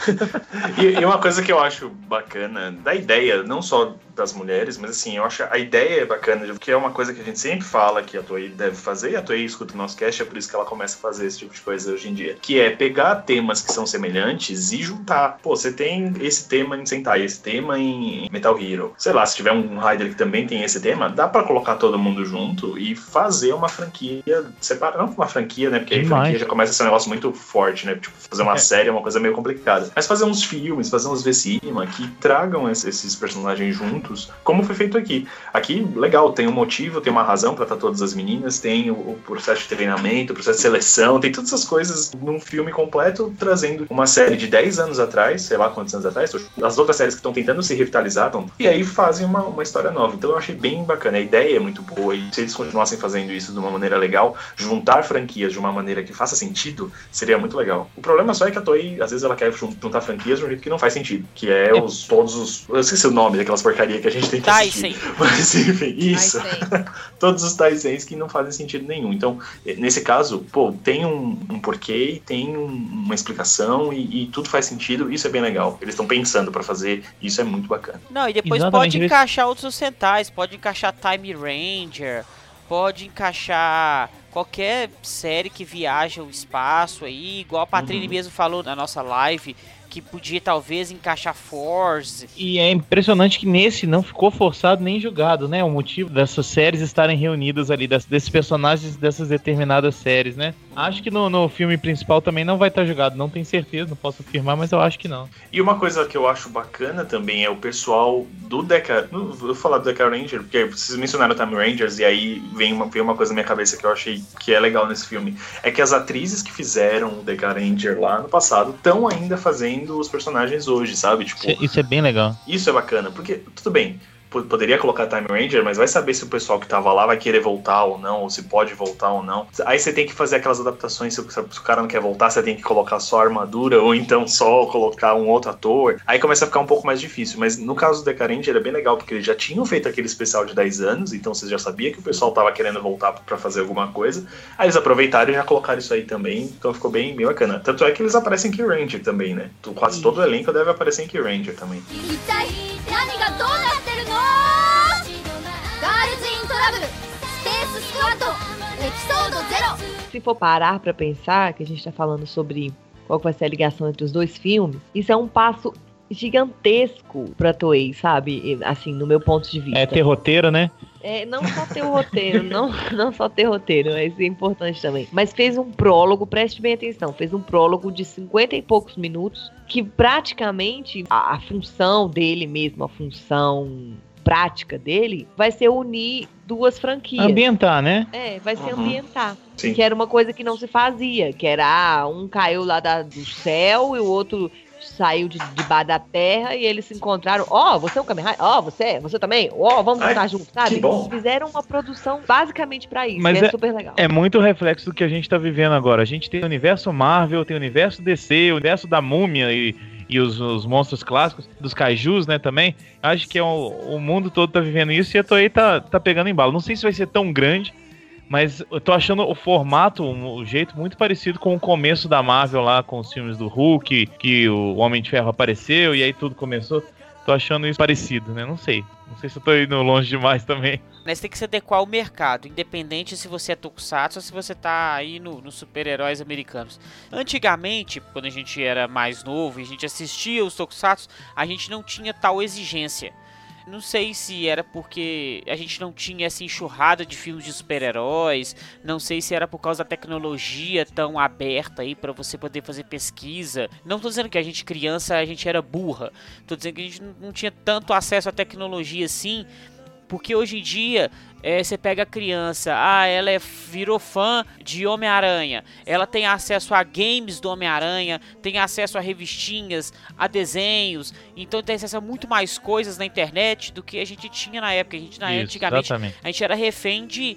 E uma coisa que eu acho bacana da ideia, não só das mulheres, mas assim, eu acho a ideia bacana, porque é uma coisa que a gente sempre fala que a Toei deve fazer, e a Toei escuta o nosso cast, é por isso que ela começa a fazer esse tipo de coisa hoje em dia, que é pegar temas que são semelhantes e juntar. Pô, você tem esse tema em Sentai, esse tema em Metal Hero. Sei lá, se tiver um Rider que também tem esse tema, dá pra colocar todo mundo junto e fazer uma franquia separada. Não uma franquia, né? Porque aí a franquia já começa a ser um negócio muito forte, né? Tipo, fazer uma série é uma coisa meio complicada. Mas fazer uns filmes, fazer uns V-Cinema que tragam esses personagens juntos, como foi feito aqui. Aqui, legal, tem um motivo, tem uma razão pra estar todas as meninas, tem o processo de treinamento, o processo de seleção, tem todas essas coisas num filme completo, trazendo uma série de 10 anos atrás, sei lá quantos anos atrás, as outras séries que estão tentando se revitalizar, e aí fazem uma história nova. Então eu achei bem bacana, a ideia é muito boa, e se eles continuassem fazendo isso de uma maneira legal, juntar franquias de uma maneira que faça sentido, seria muito legal. O problema só é que a Toei, às vezes ela quer juntar franquias de um jeito que não faz sentido, que é todos os... Eu esqueci o nome daquelas porcarias que a gente tem que assistir. Mas enfim, isso. Todos os Taisens que não fazem sentido nenhum. Então, nesse caso, pô, tem um porquê, tem uma explicação e tudo faz sentido, isso é bem legal. Eles estão pensando pra fazer, isso é muito bacana. Não, e depois pode encaixar outros Sentais, pode encaixar Time Ranger, pode encaixar qualquer série que viaja o espaço aí, igual a Patrine mesmo falou na nossa live, que podia talvez encaixar Force. E é impressionante que nesse não ficou forçado nem julgado, né? O motivo dessas séries estarem reunidas ali, desses personagens dessas determinadas séries, né? Acho que no filme principal também não vai estar julgado, não tenho certeza, não posso afirmar, mas eu acho que não. E uma coisa que eu acho bacana também é o pessoal do Deca... Não vou falar do Deca Ranger, porque vocês mencionaram Time Rangers e aí veio uma coisa na minha cabeça que eu achei que é legal nesse filme. É que as atrizes que fizeram o Deca Ranger lá no passado estão ainda fazendo os personagens hoje, sabe? Tipo, isso é bem legal. Isso é bacana, porque, tudo bem, poderia colocar Time Ranger, mas vai saber se o pessoal que tava lá vai querer voltar ou não, ou se pode voltar ou não. Aí você tem que fazer aquelas adaptações, se o cara não quer voltar, você tem que colocar só a armadura, ou então só colocar um outro ator. Aí começa a ficar um pouco mais difícil, mas no caso do Deca Ranger é bem legal, porque eles já tinham feito aquele especial de 10 anos, então você já sabia que o pessoal tava querendo voltar pra fazer alguma coisa. Aí eles aproveitaram e já colocaram isso aí também, então ficou bem bacana. Tanto é que eles aparecem em Key Ranger também, né? Quase todo o elenco deve aparecer em Key Ranger também. Se for parar pra pensar, que a gente tá falando sobre qual vai ser a ligação entre os dois filmes, isso é um passo gigantesco pra Toei, sabe? Assim, no meu ponto de vista. É ter roteiro, né? Não só ter o roteiro, não só ter roteiro, isso é importante também. Mas fez um prólogo, preste bem atenção, fez um prólogo de 50 e poucos minutos, que praticamente a função dele mesmo, a função prática dele, vai ser unir duas franquias. Ambientar, né? Vai ser ambientar. Sim. Que era uma coisa que não se fazia, que era um caiu lá do céu e o outro saiu de debaixo da terra e eles se encontraram. Você é um Kamen Rider? Você também? Vamos lutar juntos, sabe? Que bom. Eles fizeram uma produção basicamente pra isso. Mas super legal. É muito reflexo do que a gente tá vivendo agora. A gente tem o universo Marvel, tem o universo DC, o universo da Múmia e os monstros clássicos, dos kaijus, né, também. Acho que o mundo todo tá vivendo isso e a Toei tá pegando embalo. Não sei se vai ser tão grande, mas eu tô achando o formato, o jeito muito parecido com o começo da Marvel lá, com os filmes do Hulk, que o Homem de Ferro apareceu e aí tudo começou. Tô achando isso parecido, né? Não sei se eu tô indo longe demais também. Mas tem que se adequar ao mercado, independente se você é tokusatsu ou se você tá aí nos super-heróis americanos. Antigamente, quando a gente era mais novo e a gente assistia os tokusatsu, a gente não tinha tal exigência. Não sei se era porque a gente não tinha essa enxurrada de filmes de super-heróis, não sei se era por causa da tecnologia tão aberta aí pra você poder fazer pesquisa. Não tô dizendo que a gente criança, a gente era burra, tô dizendo que a gente não tinha tanto acesso à tecnologia assim, porque hoje em dia você pega a criança, ela virou fã de Homem-Aranha, ela tem acesso a games do Homem-Aranha, tem acesso a revistinhas, a desenhos, então tem acesso a muito mais coisas na internet do que a gente tinha na época. Antigamente a gente era refém de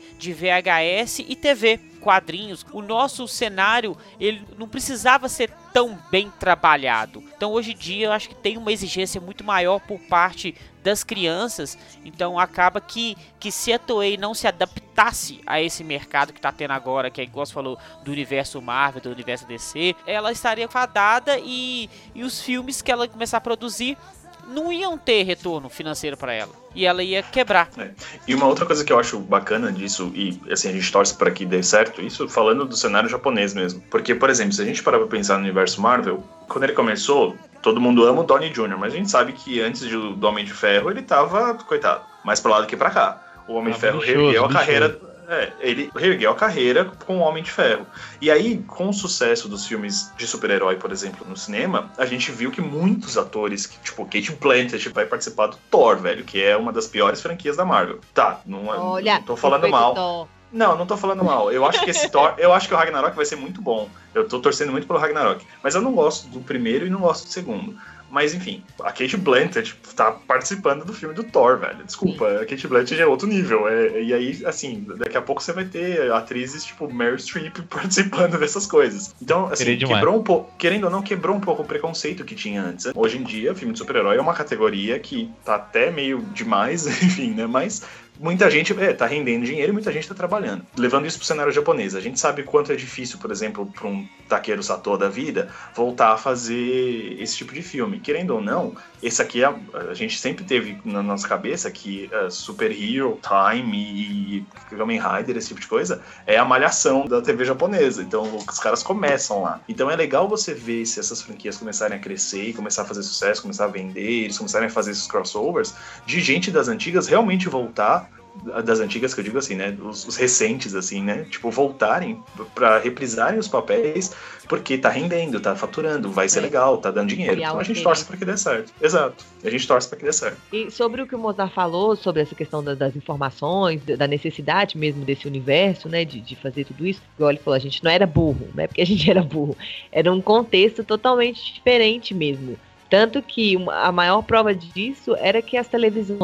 VHS e TV, quadrinhos. O nosso cenário, ele não precisava ser tão bem trabalhado. Então hoje em dia eu acho que tem uma exigência muito maior por parte das crianças, então acaba que se a Toei não se adaptasse a esse mercado que está tendo agora, que é igual você falou, do universo Marvel, do universo DC, ela estaria fadada e os filmes que ela começar a produzir não iam ter retorno financeiro para ela. E ela ia quebrar. E uma outra coisa que eu acho bacana disso, e assim, a gente torce para que dê certo, isso falando do cenário japonês mesmo. Porque, por exemplo, se a gente parar pra pensar no universo Marvel, quando ele começou, todo mundo ama o Downey Jr., mas a gente sabe que antes do Homem de Ferro, ele tava, coitado, mais pra lá do que pra cá. O Homem de Ferro reergueu a carreira... ele reergueu a carreira com o Homem de Ferro. E aí, com o sucesso dos filmes de super-herói, por exemplo, no cinema, a gente viu que muitos atores, tipo Kate Blanchett, vai participar do Thor, velho, que é uma das piores franquias da Marvel. Tá, não tô falando mal. Não tô falando mal. Eu acho que eu acho que o Ragnarok vai ser muito bom. Eu tô torcendo muito pelo Ragnarok. Mas eu não gosto do primeiro e não gosto do segundo. Mas enfim, a Kate Blanchett tá participando do filme do Thor, velho. Desculpa, a Kate Blanchett é outro nível. E aí, assim, daqui a pouco você vai ter atrizes tipo Meryl Streep participando dessas coisas. Então, assim, quebrou um pouco, querendo ou não, quebrou um pouco o preconceito que tinha antes. Hoje em dia, filme de super-herói é uma categoria que tá até meio demais, enfim, né? Mas muita gente tá rendendo dinheiro e muita gente tá trabalhando. Levando isso pro cenário japonês. A gente sabe quanto é difícil, por exemplo, pra um Takeru Sato da vida voltar a fazer esse tipo de filme. Querendo ou não, esse aqui a gente sempre teve na nossa cabeça que Super Hero, Time e Kamen Rider, esse tipo de coisa, é a malhação da TV japonesa. Então os caras começam lá. Então é legal você ver se essas franquias começarem a crescer e começar a fazer sucesso, começar a vender, eles começarem a fazer esses crossovers, de gente das antigas realmente voltar, das antigas que eu digo assim, né, os recentes assim, né, tipo, voltarem pra reprisarem os papéis, porque tá rendendo, tá faturando, vai ser legal, tá dando dinheiro. Então a gente torce pra que dê certo. Exato. A gente torce pra que dê certo. E sobre o que o Mozart falou, sobre essa questão das informações, da necessidade mesmo desse universo, né, de fazer tudo isso, igual ele falou, a gente não era burro, não é porque a gente era burro, era um contexto totalmente diferente mesmo. Tanto que a maior prova disso era que as televisões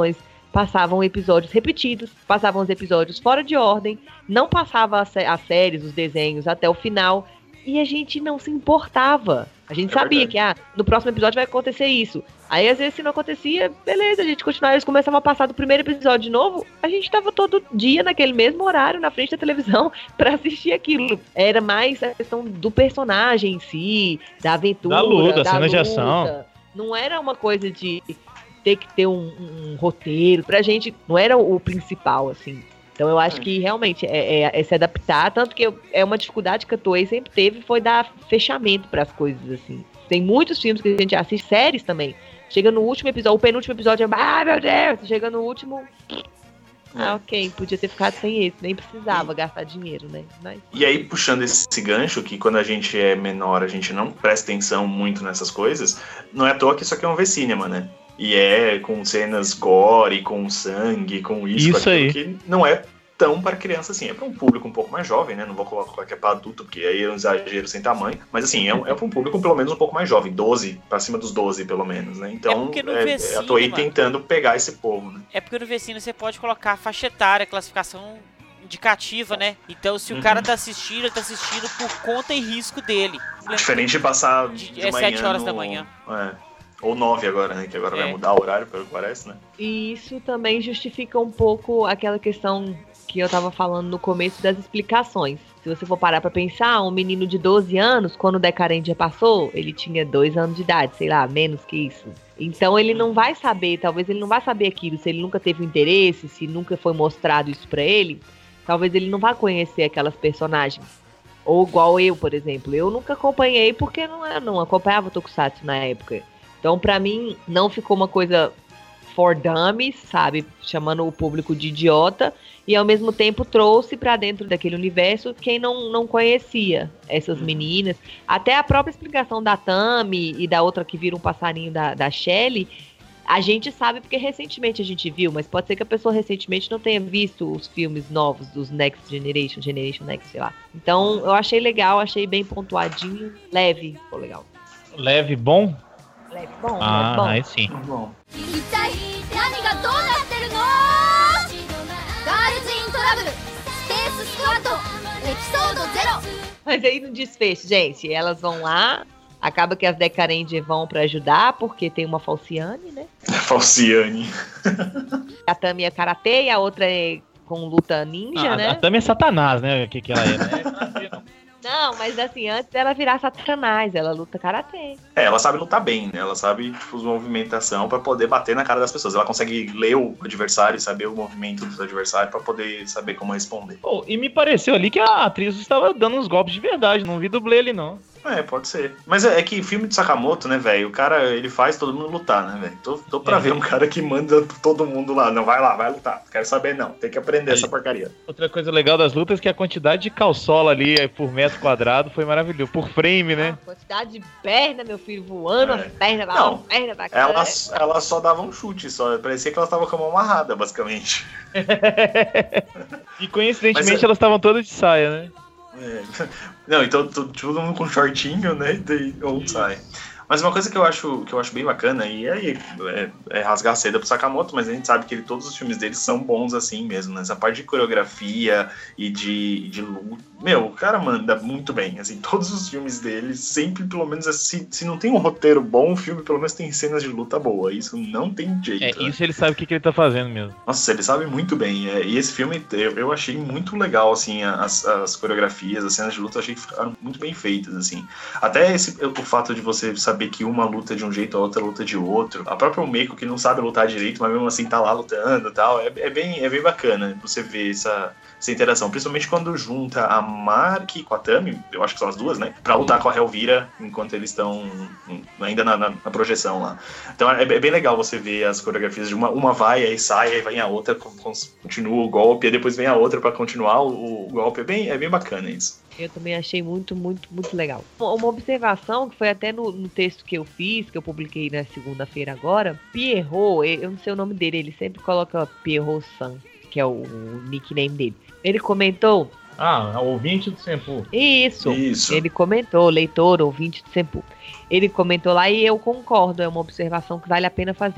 passavam episódios repetidos, passavam os episódios fora de ordem, não passava as séries, os desenhos até o final, e a gente não se importava. A gente sabia que no próximo episódio vai acontecer isso. Aí, às vezes, se não acontecia, beleza, a gente continuava, eles começavam a passar do primeiro episódio de novo, a gente tava todo dia naquele mesmo horário, na frente da televisão, pra assistir aquilo. Era mais a questão do personagem em si, da aventura, da luta, da cena luta. De ação. Não era uma coisa de ter que ter um roteiro, pra gente, não era o principal, assim. Então eu acho que realmente é se adaptar, tanto que é uma dificuldade que a Toei sempre teve, foi dar fechamento pras coisas, assim. Tem muitos filmes que a gente assiste, séries também. Chega no último episódio, o penúltimo episódio é, meu Deus, chega no último... ok, podia ter ficado sem esse, nem precisava gastar dinheiro, né? Mas... E aí, puxando esse gancho, que quando a gente é menor, a gente não presta atenção muito nessas coisas, não é à toa que isso aqui é um V-Cinema, né? E é com cenas gore, com sangue, com isso com aquilo, aí. Que não é tão para criança assim. É para um público um pouco mais jovem, né? Não vou colocar que é para adulto, porque aí é um exagero sem tamanho. Mas assim, é para um público pelo menos um pouco mais jovem. 12, para cima dos 12 pelo menos, né? Então, eu tô aí tentando pegar esse povo, né? É porque no V-Cinema você pode colocar a faixa etária, classificação indicativa, né? Então, se o cara tá assistindo, ele tá assistindo por conta e risco dele. Diferente de passar de manhã 7 horas da manhã. Ou 9 agora, né? Que agora vai mudar o horário, pelo que parece, né? E isso também justifica um pouco aquela questão que eu tava falando no começo das explicações. Se você for parar pra pensar, um menino de 12 anos, quando o Decarendia passou, ele tinha 2 anos de idade, sei lá, menos que isso. Então ele não vai saber, talvez ele não vai saber aquilo, se ele nunca teve interesse, se nunca foi mostrado isso pra ele, talvez ele não vá conhecer aquelas personagens. Ou igual eu, por exemplo. Eu nunca acompanhei porque não acompanhava o Tokusatsu na época. Então, pra mim, não ficou uma coisa for dummies, sabe? Chamando o público de idiota. E, ao mesmo tempo, trouxe pra dentro daquele universo quem não conhecia essas meninas. Até a própria explicação da Tami e da outra que vira um passarinho da Shelly, a gente sabe porque recentemente a gente viu, mas pode ser que a pessoa recentemente não tenha visto os filmes novos dos Next Generation, Generation Next, sei lá. Então, eu achei legal, achei bem pontuadinho, leve, ficou legal. Leve, bom? Leve, bom, bom. Aí sim. Bom. Mas aí no desfecho, gente, elas vão lá, acaba que as Decarendia vão pra ajudar, porque tem uma Falciane, né? Falciane. A Tami é karatê e a outra é com luta ninja, né? A Tami é Satanás, né? O que ela é, né? Não, mas assim, antes dela virar Satanás, ela luta karatê. Ela sabe lutar bem, né? Ela sabe, tipo, movimentação pra poder bater na cara das pessoas. Ela consegue ler o adversário, saber o movimento do adversário pra poder saber como responder. Oh, e me pareceu ali que a atriz estava dando uns golpes de verdade, não vi dublê ali, não. Pode ser. Mas é que filme de Sakamoto, né, velho? O cara, ele faz todo mundo lutar, né, velho? Tô pra ver um cara que manda todo mundo lá. Não, vai lá, vai lutar. Quero saber, não. Tem que aprender essa porcaria. Outra coisa legal das lutas é que a quantidade de calçola ali por metro quadrado foi maravilhoso. Por frame, né? A quantidade de perna, meu filho, voando, as pernas pra lá, perna pra cá. Elas só davam um chute, só. Parecia que elas estavam com a mão amarrada, basicamente. E coincidentemente elas estavam todas de saia, né? Não, então todo mundo com shortinho, né? Ou sai. Mas uma coisa que eu acho bem bacana, e aí é rasgar a seda pro Sakamoto, mas a gente sabe que todos os filmes dele são bons assim mesmo, né? Essa parte de coreografia e de luta. Meu, o cara manda muito bem, assim, todos os filmes dele, sempre, pelo menos, assim, se não tem um roteiro bom, o filme pelo menos tem cenas de luta boa, isso não tem jeito. Isso ele sabe o que ele tá fazendo mesmo. Nossa, ele sabe muito bem, e esse filme eu achei muito legal, assim, as coreografias, as cenas de luta, eu achei que ficaram muito bem feitas, assim. Até o fato de você saber que uma luta de um jeito, a outra luta de outro, a própria Meiko que não sabe lutar direito, mas mesmo assim tá lá lutando e tal, é bem bacana você ver essa interação, principalmente quando junta a Maki com a Tami, eu acho que são as duas, né, pra lutar com a Helvira enquanto eles estão ainda na projeção lá. Então é bem legal você ver as coreografias de uma vai, aí sai, aí vem a outra, continua o golpe, e depois vem a outra pra continuar o golpe, é bem bacana isso. Eu também achei muito, muito, muito legal. Uma observação que foi até no texto que eu fiz, que eu publiquei na segunda-feira agora, Pierrot, eu não sei o nome dele, ele sempre coloca Pierrot-san, que é o nickname dele. Ele comentou... ouvinte do Senpu. Isso. Ele comentou, leitor, ouvinte do Senpu. Ele comentou lá e eu concordo, é uma observação que vale a pena fazer.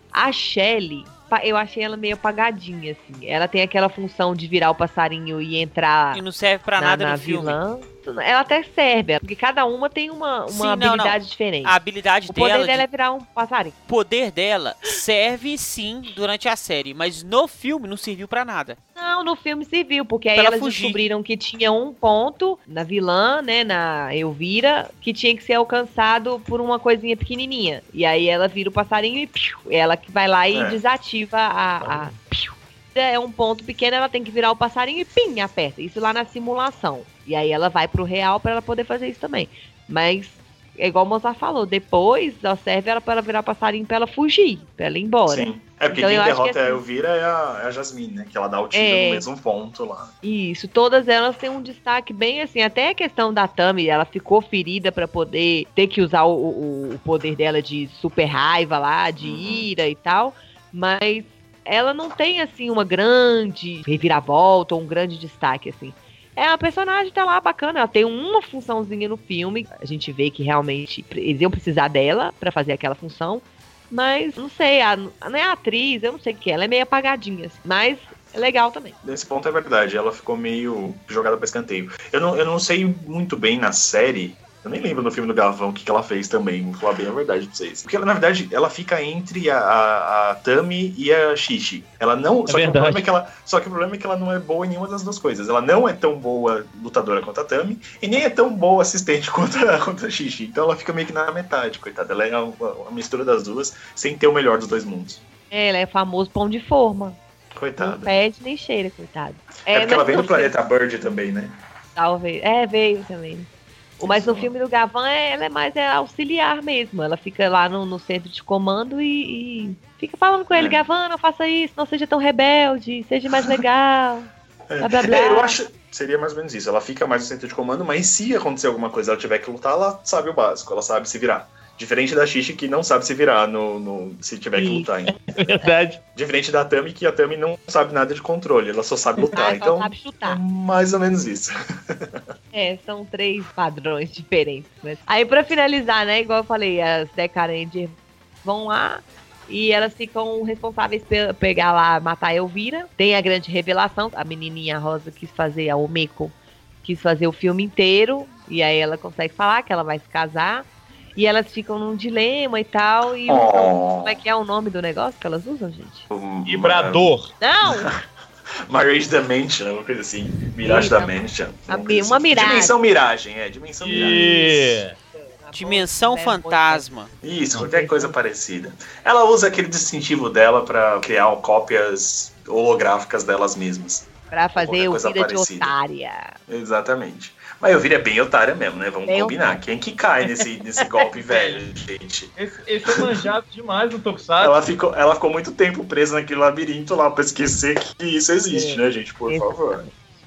A Shelley, eu achei ela meio apagadinha, assim. Ela tem aquela função de virar o passarinho e entrar... E não serve pra nada no vilã. Filme. Ela até serve, porque cada uma tem uma habilidade diferente. A habilidade dela... O poder dela é virar um passarinho. O poder dela serve, sim, durante a série, mas no filme não serviu pra nada. Não, no filme serviu, porque aí elas descobriram que tinha um ponto na vilã, né, na Elvira, que tinha que ser alcançado por uma coisinha pequenininha. E aí ela vira o passarinho e piu, ela que vai lá e desativa a piu. É um ponto pequeno, ela tem que virar o passarinho e pim, aperta. Isso lá na simulação. E aí ela vai pro real pra ela poder fazer isso também. Mas, é igual o Mozart falou, depois ela serve ela pra ela virar passarinho pra ela fugir, pra ela ir embora. Sim. É porque então, quem derrota a Elvira é a Jasmine, né? Que ela dá o tiro no mesmo ponto lá. Isso, todas elas têm um destaque bem assim. Até a questão da Tami, ela ficou ferida pra poder ter que usar o poder dela de super raiva lá, de ira e tal. Mas ela não tem, assim, uma grande reviravolta ou um grande destaque, assim. A personagem tá lá bacana, ela tem uma funçãozinha no filme. A gente vê que realmente eles iam precisar dela pra fazer aquela função. Mas, não sei, não é a atriz, eu não sei o que, ela é meio apagadinha, assim, mas é legal também. Nesse ponto é verdade, ela ficou meio jogada pra escanteio. Eu não sei muito bem na série, eu nem lembro no filme do Gavão o que ela fez também, vou falar bem a verdade pra vocês. Porque, na verdade, ela fica entre a Tami e a Xixi. Ela não... Só que o problema é que ela não é boa em nenhuma das duas coisas. Ela não é tão boa lutadora quanto a Tami e nem é tão boa assistente quanto a Xixi. Então ela fica meio que na metade, coitada. Ela é uma mistura das duas, sem ter o melhor dos dois mundos. Ela é famoso pão de forma. Coitada. Não pede nem cheira, coitada. Porque ela veio do planeta Bird também, né? Talvez. Veio também. Mas no filme do Gavan, ela é mais auxiliar mesmo. Ela fica lá no centro de comando e fica falando com ele, Gavan, não faça isso, não seja tão rebelde, seja mais legal. Blá, blá, blá. Eu acho que seria mais ou menos isso. Ela fica mais no centro de comando, mas se acontecer alguma coisa, ela tiver que lutar, ela sabe o básico, ela sabe se virar. Diferente da Xixi, que não sabe se virar se tiver que lutar ainda. É verdade. Diferente da Tami, que a Tami não sabe nada de controle, ela só sabe lutar. Então, só sabe chutar. É mais ou menos isso. São 3 padrões diferentes. Né? Aí, pra finalizar, né, igual eu falei, as Deca Ranger vão lá e elas ficam responsáveis por pegar lá, matar a Elvira. Tem a grande revelação, a menininha rosa quis fazer, a Omeko, quis fazer o filme inteiro, e aí ela consegue falar que ela vai se casar. E elas ficam num dilema e tal. E como é que é o nome do negócio que elas usam, gente? Vibrador. Não! Mirage Dimension, alguma coisa assim. Mirage Dimension. Uma miragem. Dimensão Miragem, Dimensão Miragem. Dimensão Fantasma. Isso, qualquer coisa parecida. Ela usa aquele distintivo dela pra criar cópias holográficas delas mesmas. Pra fazer o vida de otária. Exatamente. Mas eu viria bem otária mesmo, né? Vamos combinar. Quem que cai nesse golpe velho, gente? Esse é manjado demais no Tokusatsu. Ela ficou muito tempo presa naquele labirinto lá pra esquecer que isso existe, né, gente? Por favor.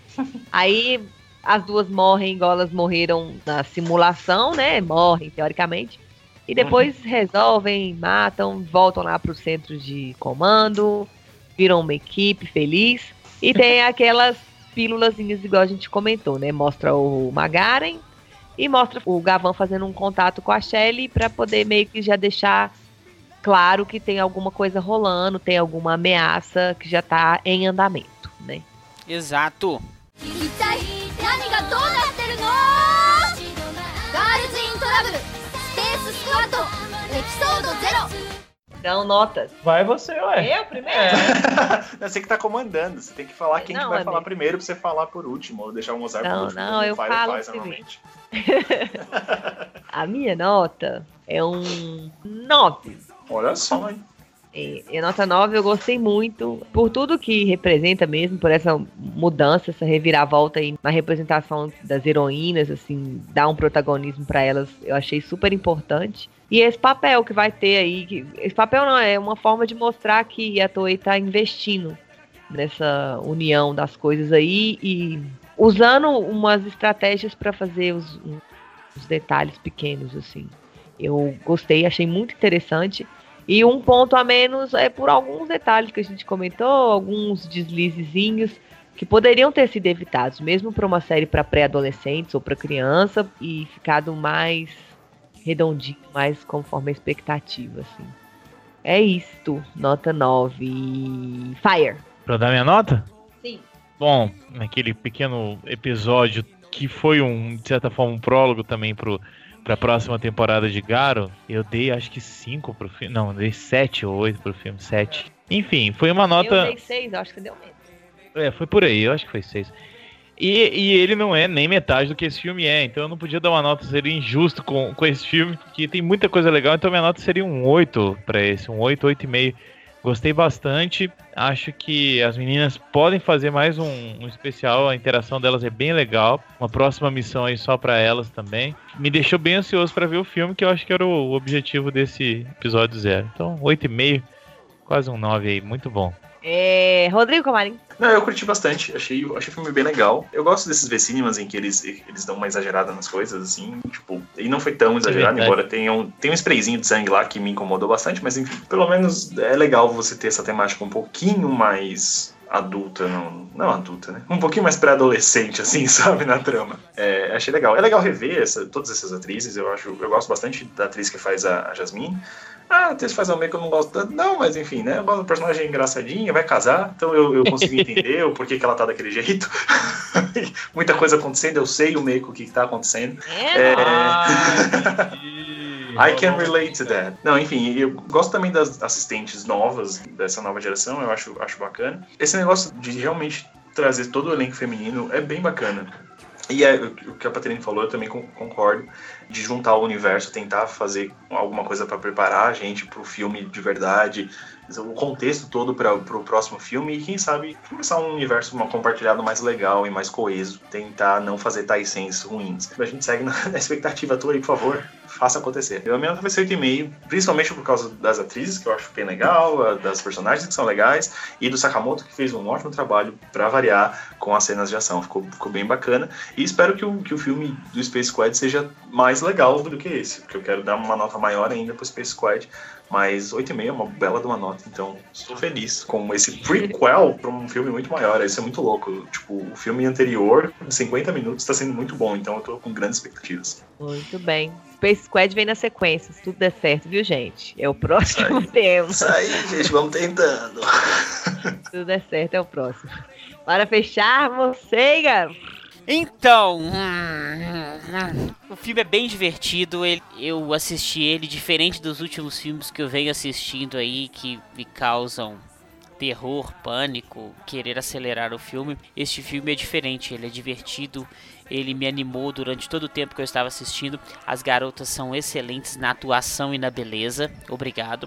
Aí as duas morrem igual elas morreram na simulação, né? Morrem, teoricamente. E depois resolvem, matam, voltam lá pro centro de comando, viram uma equipe feliz. E tem aquelas pílulazinhas igual a gente comentou, né? Mostra o Magaren e mostra o Gavan fazendo um contato com a Shelley pra poder meio que já deixar claro que tem alguma coisa rolando, tem alguma ameaça que já tá em andamento, né? Exato. Então, notas. Vai você, ué. Eu primeiro? Você que tá comandando. Você tem que falar quem que vai falar primeiro pra você falar por último. Ou deixar o Mozart por último. Não, eu falo normalmente. A minha nota é um 9. Olha só, hein? E a nota 9 eu gostei muito, por tudo que representa mesmo, por essa mudança, essa reviravolta aí na representação das heroínas, assim, dar um protagonismo pra elas, eu achei super importante. E esse papel que vai ter aí, esse papel não, é uma forma de mostrar que a Toei tá investindo nessa união das coisas aí e usando umas estratégias pra fazer os detalhes pequenos, assim. Eu gostei, achei muito interessante. E um ponto a menos é por alguns detalhes que a gente comentou, alguns deslizezinhos que poderiam ter sido evitados, mesmo para uma série para pré-adolescentes ou para criança, e ficado mais redondinho, mais conforme a expectativa, assim. É isto. Nota 9. Fire. Pra dar minha nota? Sim. Bom, naquele pequeno episódio que foi de certa forma, um prólogo também pra próxima temporada de Garo, eu dei acho que 5 pro filme. Não, dei 7 ou 8 pro filme, 7. Enfim, foi uma nota... Eu dei 6, acho que deu menos. Foi por aí, eu acho que foi 6. E ele não é nem metade do que esse filme é, então eu não podia dar uma nota, seria injusto com esse filme, que tem muita coisa legal, então minha nota seria um 8 pra esse, um 8, 8,5. Gostei bastante, acho que as meninas podem fazer mais um especial, a interação delas é bem legal, uma próxima missão aí só pra elas também. Me deixou bem ansioso pra ver o filme, que eu acho que era o objetivo desse episódio 0. Então 8,5, quase um 9 aí, muito bom. Rodrigo Comarim. Não, eu curti bastante, achei o filme bem legal. Eu gosto desses V-Cinemas em que eles dão uma exagerada nas coisas, assim, tipo, e não foi tão exagerado, embora tenha um sprayzinho de sangue lá que me incomodou bastante, mas enfim, pelo menos é legal você ter essa temática um pouquinho mais adulta, não adulta, né? Um pouquinho mais pré-adolescente, assim, sabe, na trama. Achei legal. É legal rever todas essas atrizes, eu gosto bastante da atriz que faz a Jasmine. A atriz faz um meio que eu não gosto tanto, não, mas enfim, né? O personagem é engraçadinho, vai casar, então eu consigo entender o porquê que ela tá daquele jeito. Muita coisa acontecendo, eu sei o meio que tá acontecendo. I can relate to that. Não, enfim, eu gosto também das assistentes novas, dessa nova geração, eu acho bacana. Esse negócio de realmente trazer todo o elenco feminino é bem bacana. E o que a Patrícia falou, eu também concordo, de juntar o universo, tentar fazer alguma coisa para preparar a gente pro filme de verdade, o contexto todo pro próximo filme, e quem sabe começar um universo compartilhado mais legal e mais coeso, tentar não fazer taisens ruins. A gente segue na expectativa tua aí, por favor, faça acontecer. A minha nota vai ser 8,5, principalmente por causa das atrizes, que eu acho bem legal, das personagens que são legais, e do Sakamoto, que fez um ótimo trabalho para variar com as cenas de ação, ficou bem bacana, e espero que o filme do Space Squad seja mais legal do que esse, porque eu quero dar uma nota maior ainda pro Space Squad, mas 8,5 é uma bela de uma nota, então estou feliz com esse prequel para um filme muito maior. Isso é muito louco. Tipo, o filme anterior, de 50 minutos, está sendo muito bom, então eu tô com grandes expectativas. Muito bem. Space Squad vem na sequência, se tudo der certo, viu, gente? É o próximo tema. Isso aí, gente, vamos tentando. Se tudo der certo, é o próximo. Para fecharmos, Seiga! Então, o filme é bem divertido, eu assisti ele diferente dos últimos filmes que eu venho assistindo aí, que me causam terror, pânico, querer acelerar o filme. Este filme é diferente, ele é divertido, ele me animou durante todo o tempo que eu estava assistindo. As garotas são excelentes na atuação e na beleza, obrigado.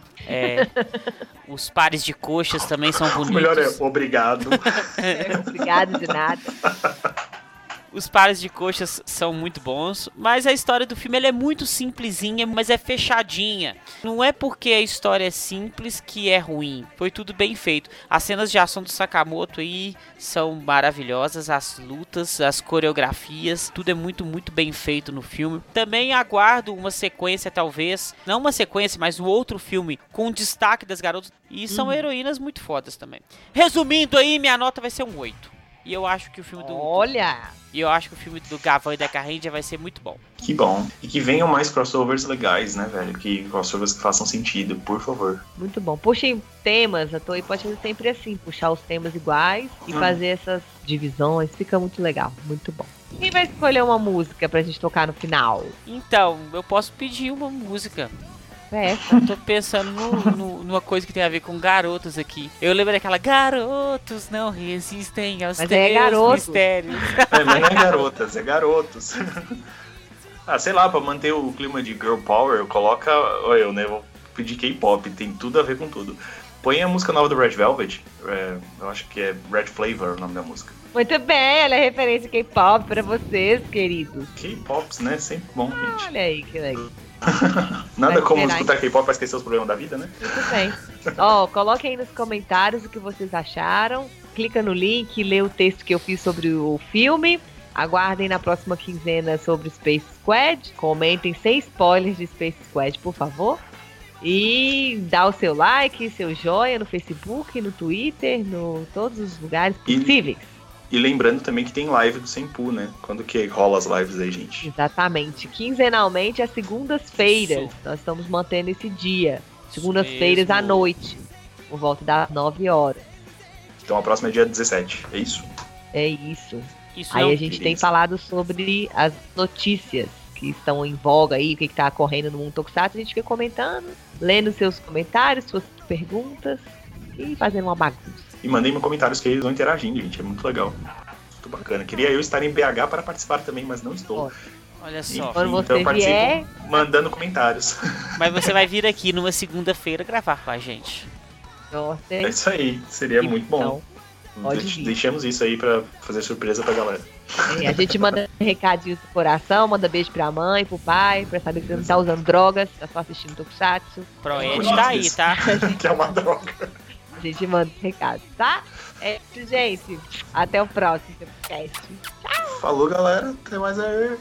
Os pares de coxas também são bonitos. O melhor é obrigado. Obrigado de nada. Os pares de coxas são muito bons, mas a história do filme ela é muito simplesinha, mas é fechadinha. Não é porque a história é simples que é ruim. Foi tudo bem feito. As cenas de ação do Sakamoto aí são maravilhosas, as lutas, as coreografias, tudo é muito, muito bem feito no filme. Também aguardo uma sequência, talvez, não uma sequência, mas um outro filme com destaque das garotas. E são heroínas muito fodas também. Resumindo aí, minha nota vai ser um 8. E eu acho que o filme E eu acho que o filme do Gavan e Deca Ranger vai ser muito bom. Que bom. E que venham mais crossovers legais, né, velho? Que crossovers que façam sentido, por favor. Muito bom. Puxem temas, a Toei pode fazer sempre assim, puxar os temas iguais e fazer essas divisões. Fica muito legal, muito bom. Quem vai escolher uma música pra gente tocar no final? Então, eu posso pedir uma música. Eu tô pensando numa coisa que tem a ver com garotos aqui. Eu lembro daquela garotos não resistem aos teus mistérios. Mas não é garotas, é garotos. Sei lá, pra manter o clima de girl power, coloca... né, vou pedir K-pop, tem tudo a ver com tudo. Põe a música nova do Red Velvet, eu acho que é Red Flavor o nome da música. Muito bem, ela é referência K-pop pra vocês, queridos. K-pops, né, sempre bom, gente. Olha aí, que legal. Nada como escutar K-pop pra esquecer os problemas da vida, né? Muito bem. Coloquem aí nos comentários o que vocês acharam. Clica no link, lê o texto que eu fiz sobre o filme. Aguardem na próxima quinzena sobre Space Squad. Comentem sem spoilers de Space Squad, por favor. E dá o seu like, seu joinha no Facebook, no Twitter, no todos os lugares possíveis. E lembrando também que tem live do Senpu, né? Quando que rola as lives aí, gente? Exatamente. Quinzenalmente, às segundas-feiras. Nós estamos mantendo esse dia. segundas-feiras à noite, por volta das 9 horas. Então a próxima é dia 17, é isso? É isso. Isso Aí a gente tem falado sobre as notícias que estão em voga aí, o que está ocorrendo no mundo Tokusatsu. A gente fica comentando, lendo seus comentários, suas perguntas e fazendo uma bagunça. E mandem comentários que eles vão interagindo, gente. É muito legal. Muito bacana. Queria eu estar em BH para participar também, mas não estou. Olha só. Enfim, quando você então vier, mandando comentários. Mas você vai vir aqui numa segunda-feira gravar com a gente. nossa, É isso aí. Seria muito bom. então, pode vir. Deixemos isso aí para fazer surpresa pra galera. A gente manda recadinhos do coração, manda beijo pra mãe, pro pai, pra saber que você não tá usando drogas, tá só assistindo Tokusatsu. Proed tá aí, tá? Que é uma droga. A gente manda esse recado, tá? É isso, gente. Até o próximo podcast. Falou, galera. Até mais aí.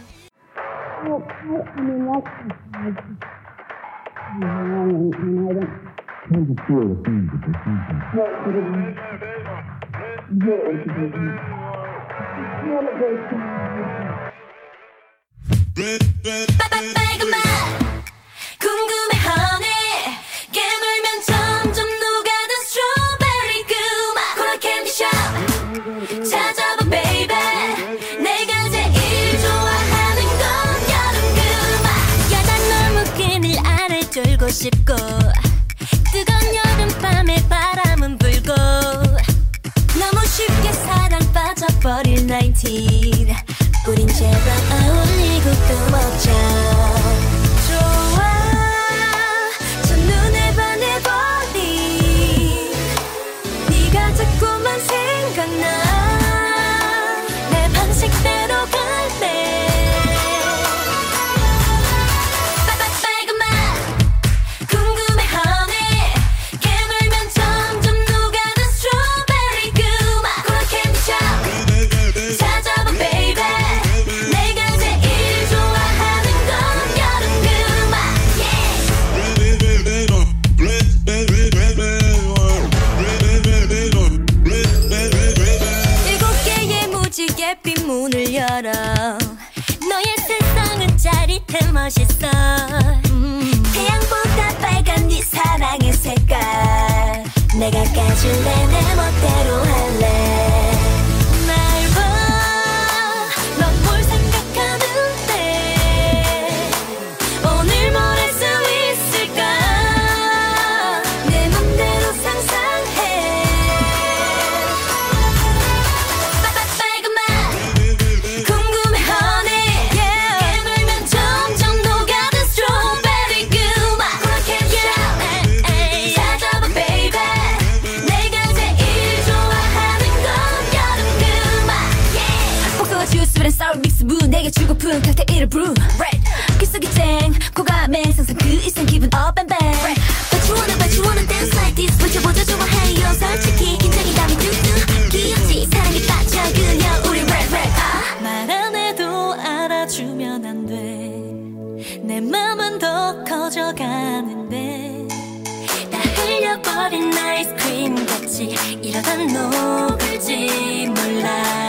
궁금해하네 깨물면 점점 녹아든 스트로베리 그맛 코너 캔디샵 찾아봐 베이베 내가 제일 좋아하는 건 여름 그맛 야단 너무 끈을 알을 졸고 싶고 뜨거운 여름밤에 바람은 불고 너무 쉽게 사랑 빠져버릴 19 우린 제발 어울리고 끊어자 좋아 저 눈에 반해버린 네가 자꾸만 생각나 내 방식대로 갈래 빨간맛 궁금해하네 깨물면 점점 녹아든 스트로베리 그맛 코너 캔디샵 찾아봐 베이베 내가 제일 좋아하는 건 여름 그맛 일곱 개의 무지개 빈 문을 열어 너의 세상은 짜릿해 멋있어 태양보다 빨간 네 사랑의 색깔 내가 까줄래 내 멋대로 할래 날 봐 넌 뭘 생각하는데 오늘 뭘 할 수 있을까 내 맘대로 상상해 빨간맛 궁금해하네 깨물면 점점 녹아든 스트로베리 그맛 코너 캔디샵 찾아봐 베이베 내가 제일 좋아하는 건 여름 그맛 복숭아 주스랑 sour 믹스 부 내게 주고픈 칵테일을 brew 그 속이 쨍 고감에 상상 그 이상 기분 up and back But you wanna dance like this 붙여보자 좋아해요 솔직히 긴장이 담이 뚝뚝 귀엽지 사랑에 빠져 그냥 우리 랩 말 안 해도 알아주면 안 돼 내 맘은 더 커져가는데 다 흘려버린 아이스크림 같이 이러다 녹을지 몰라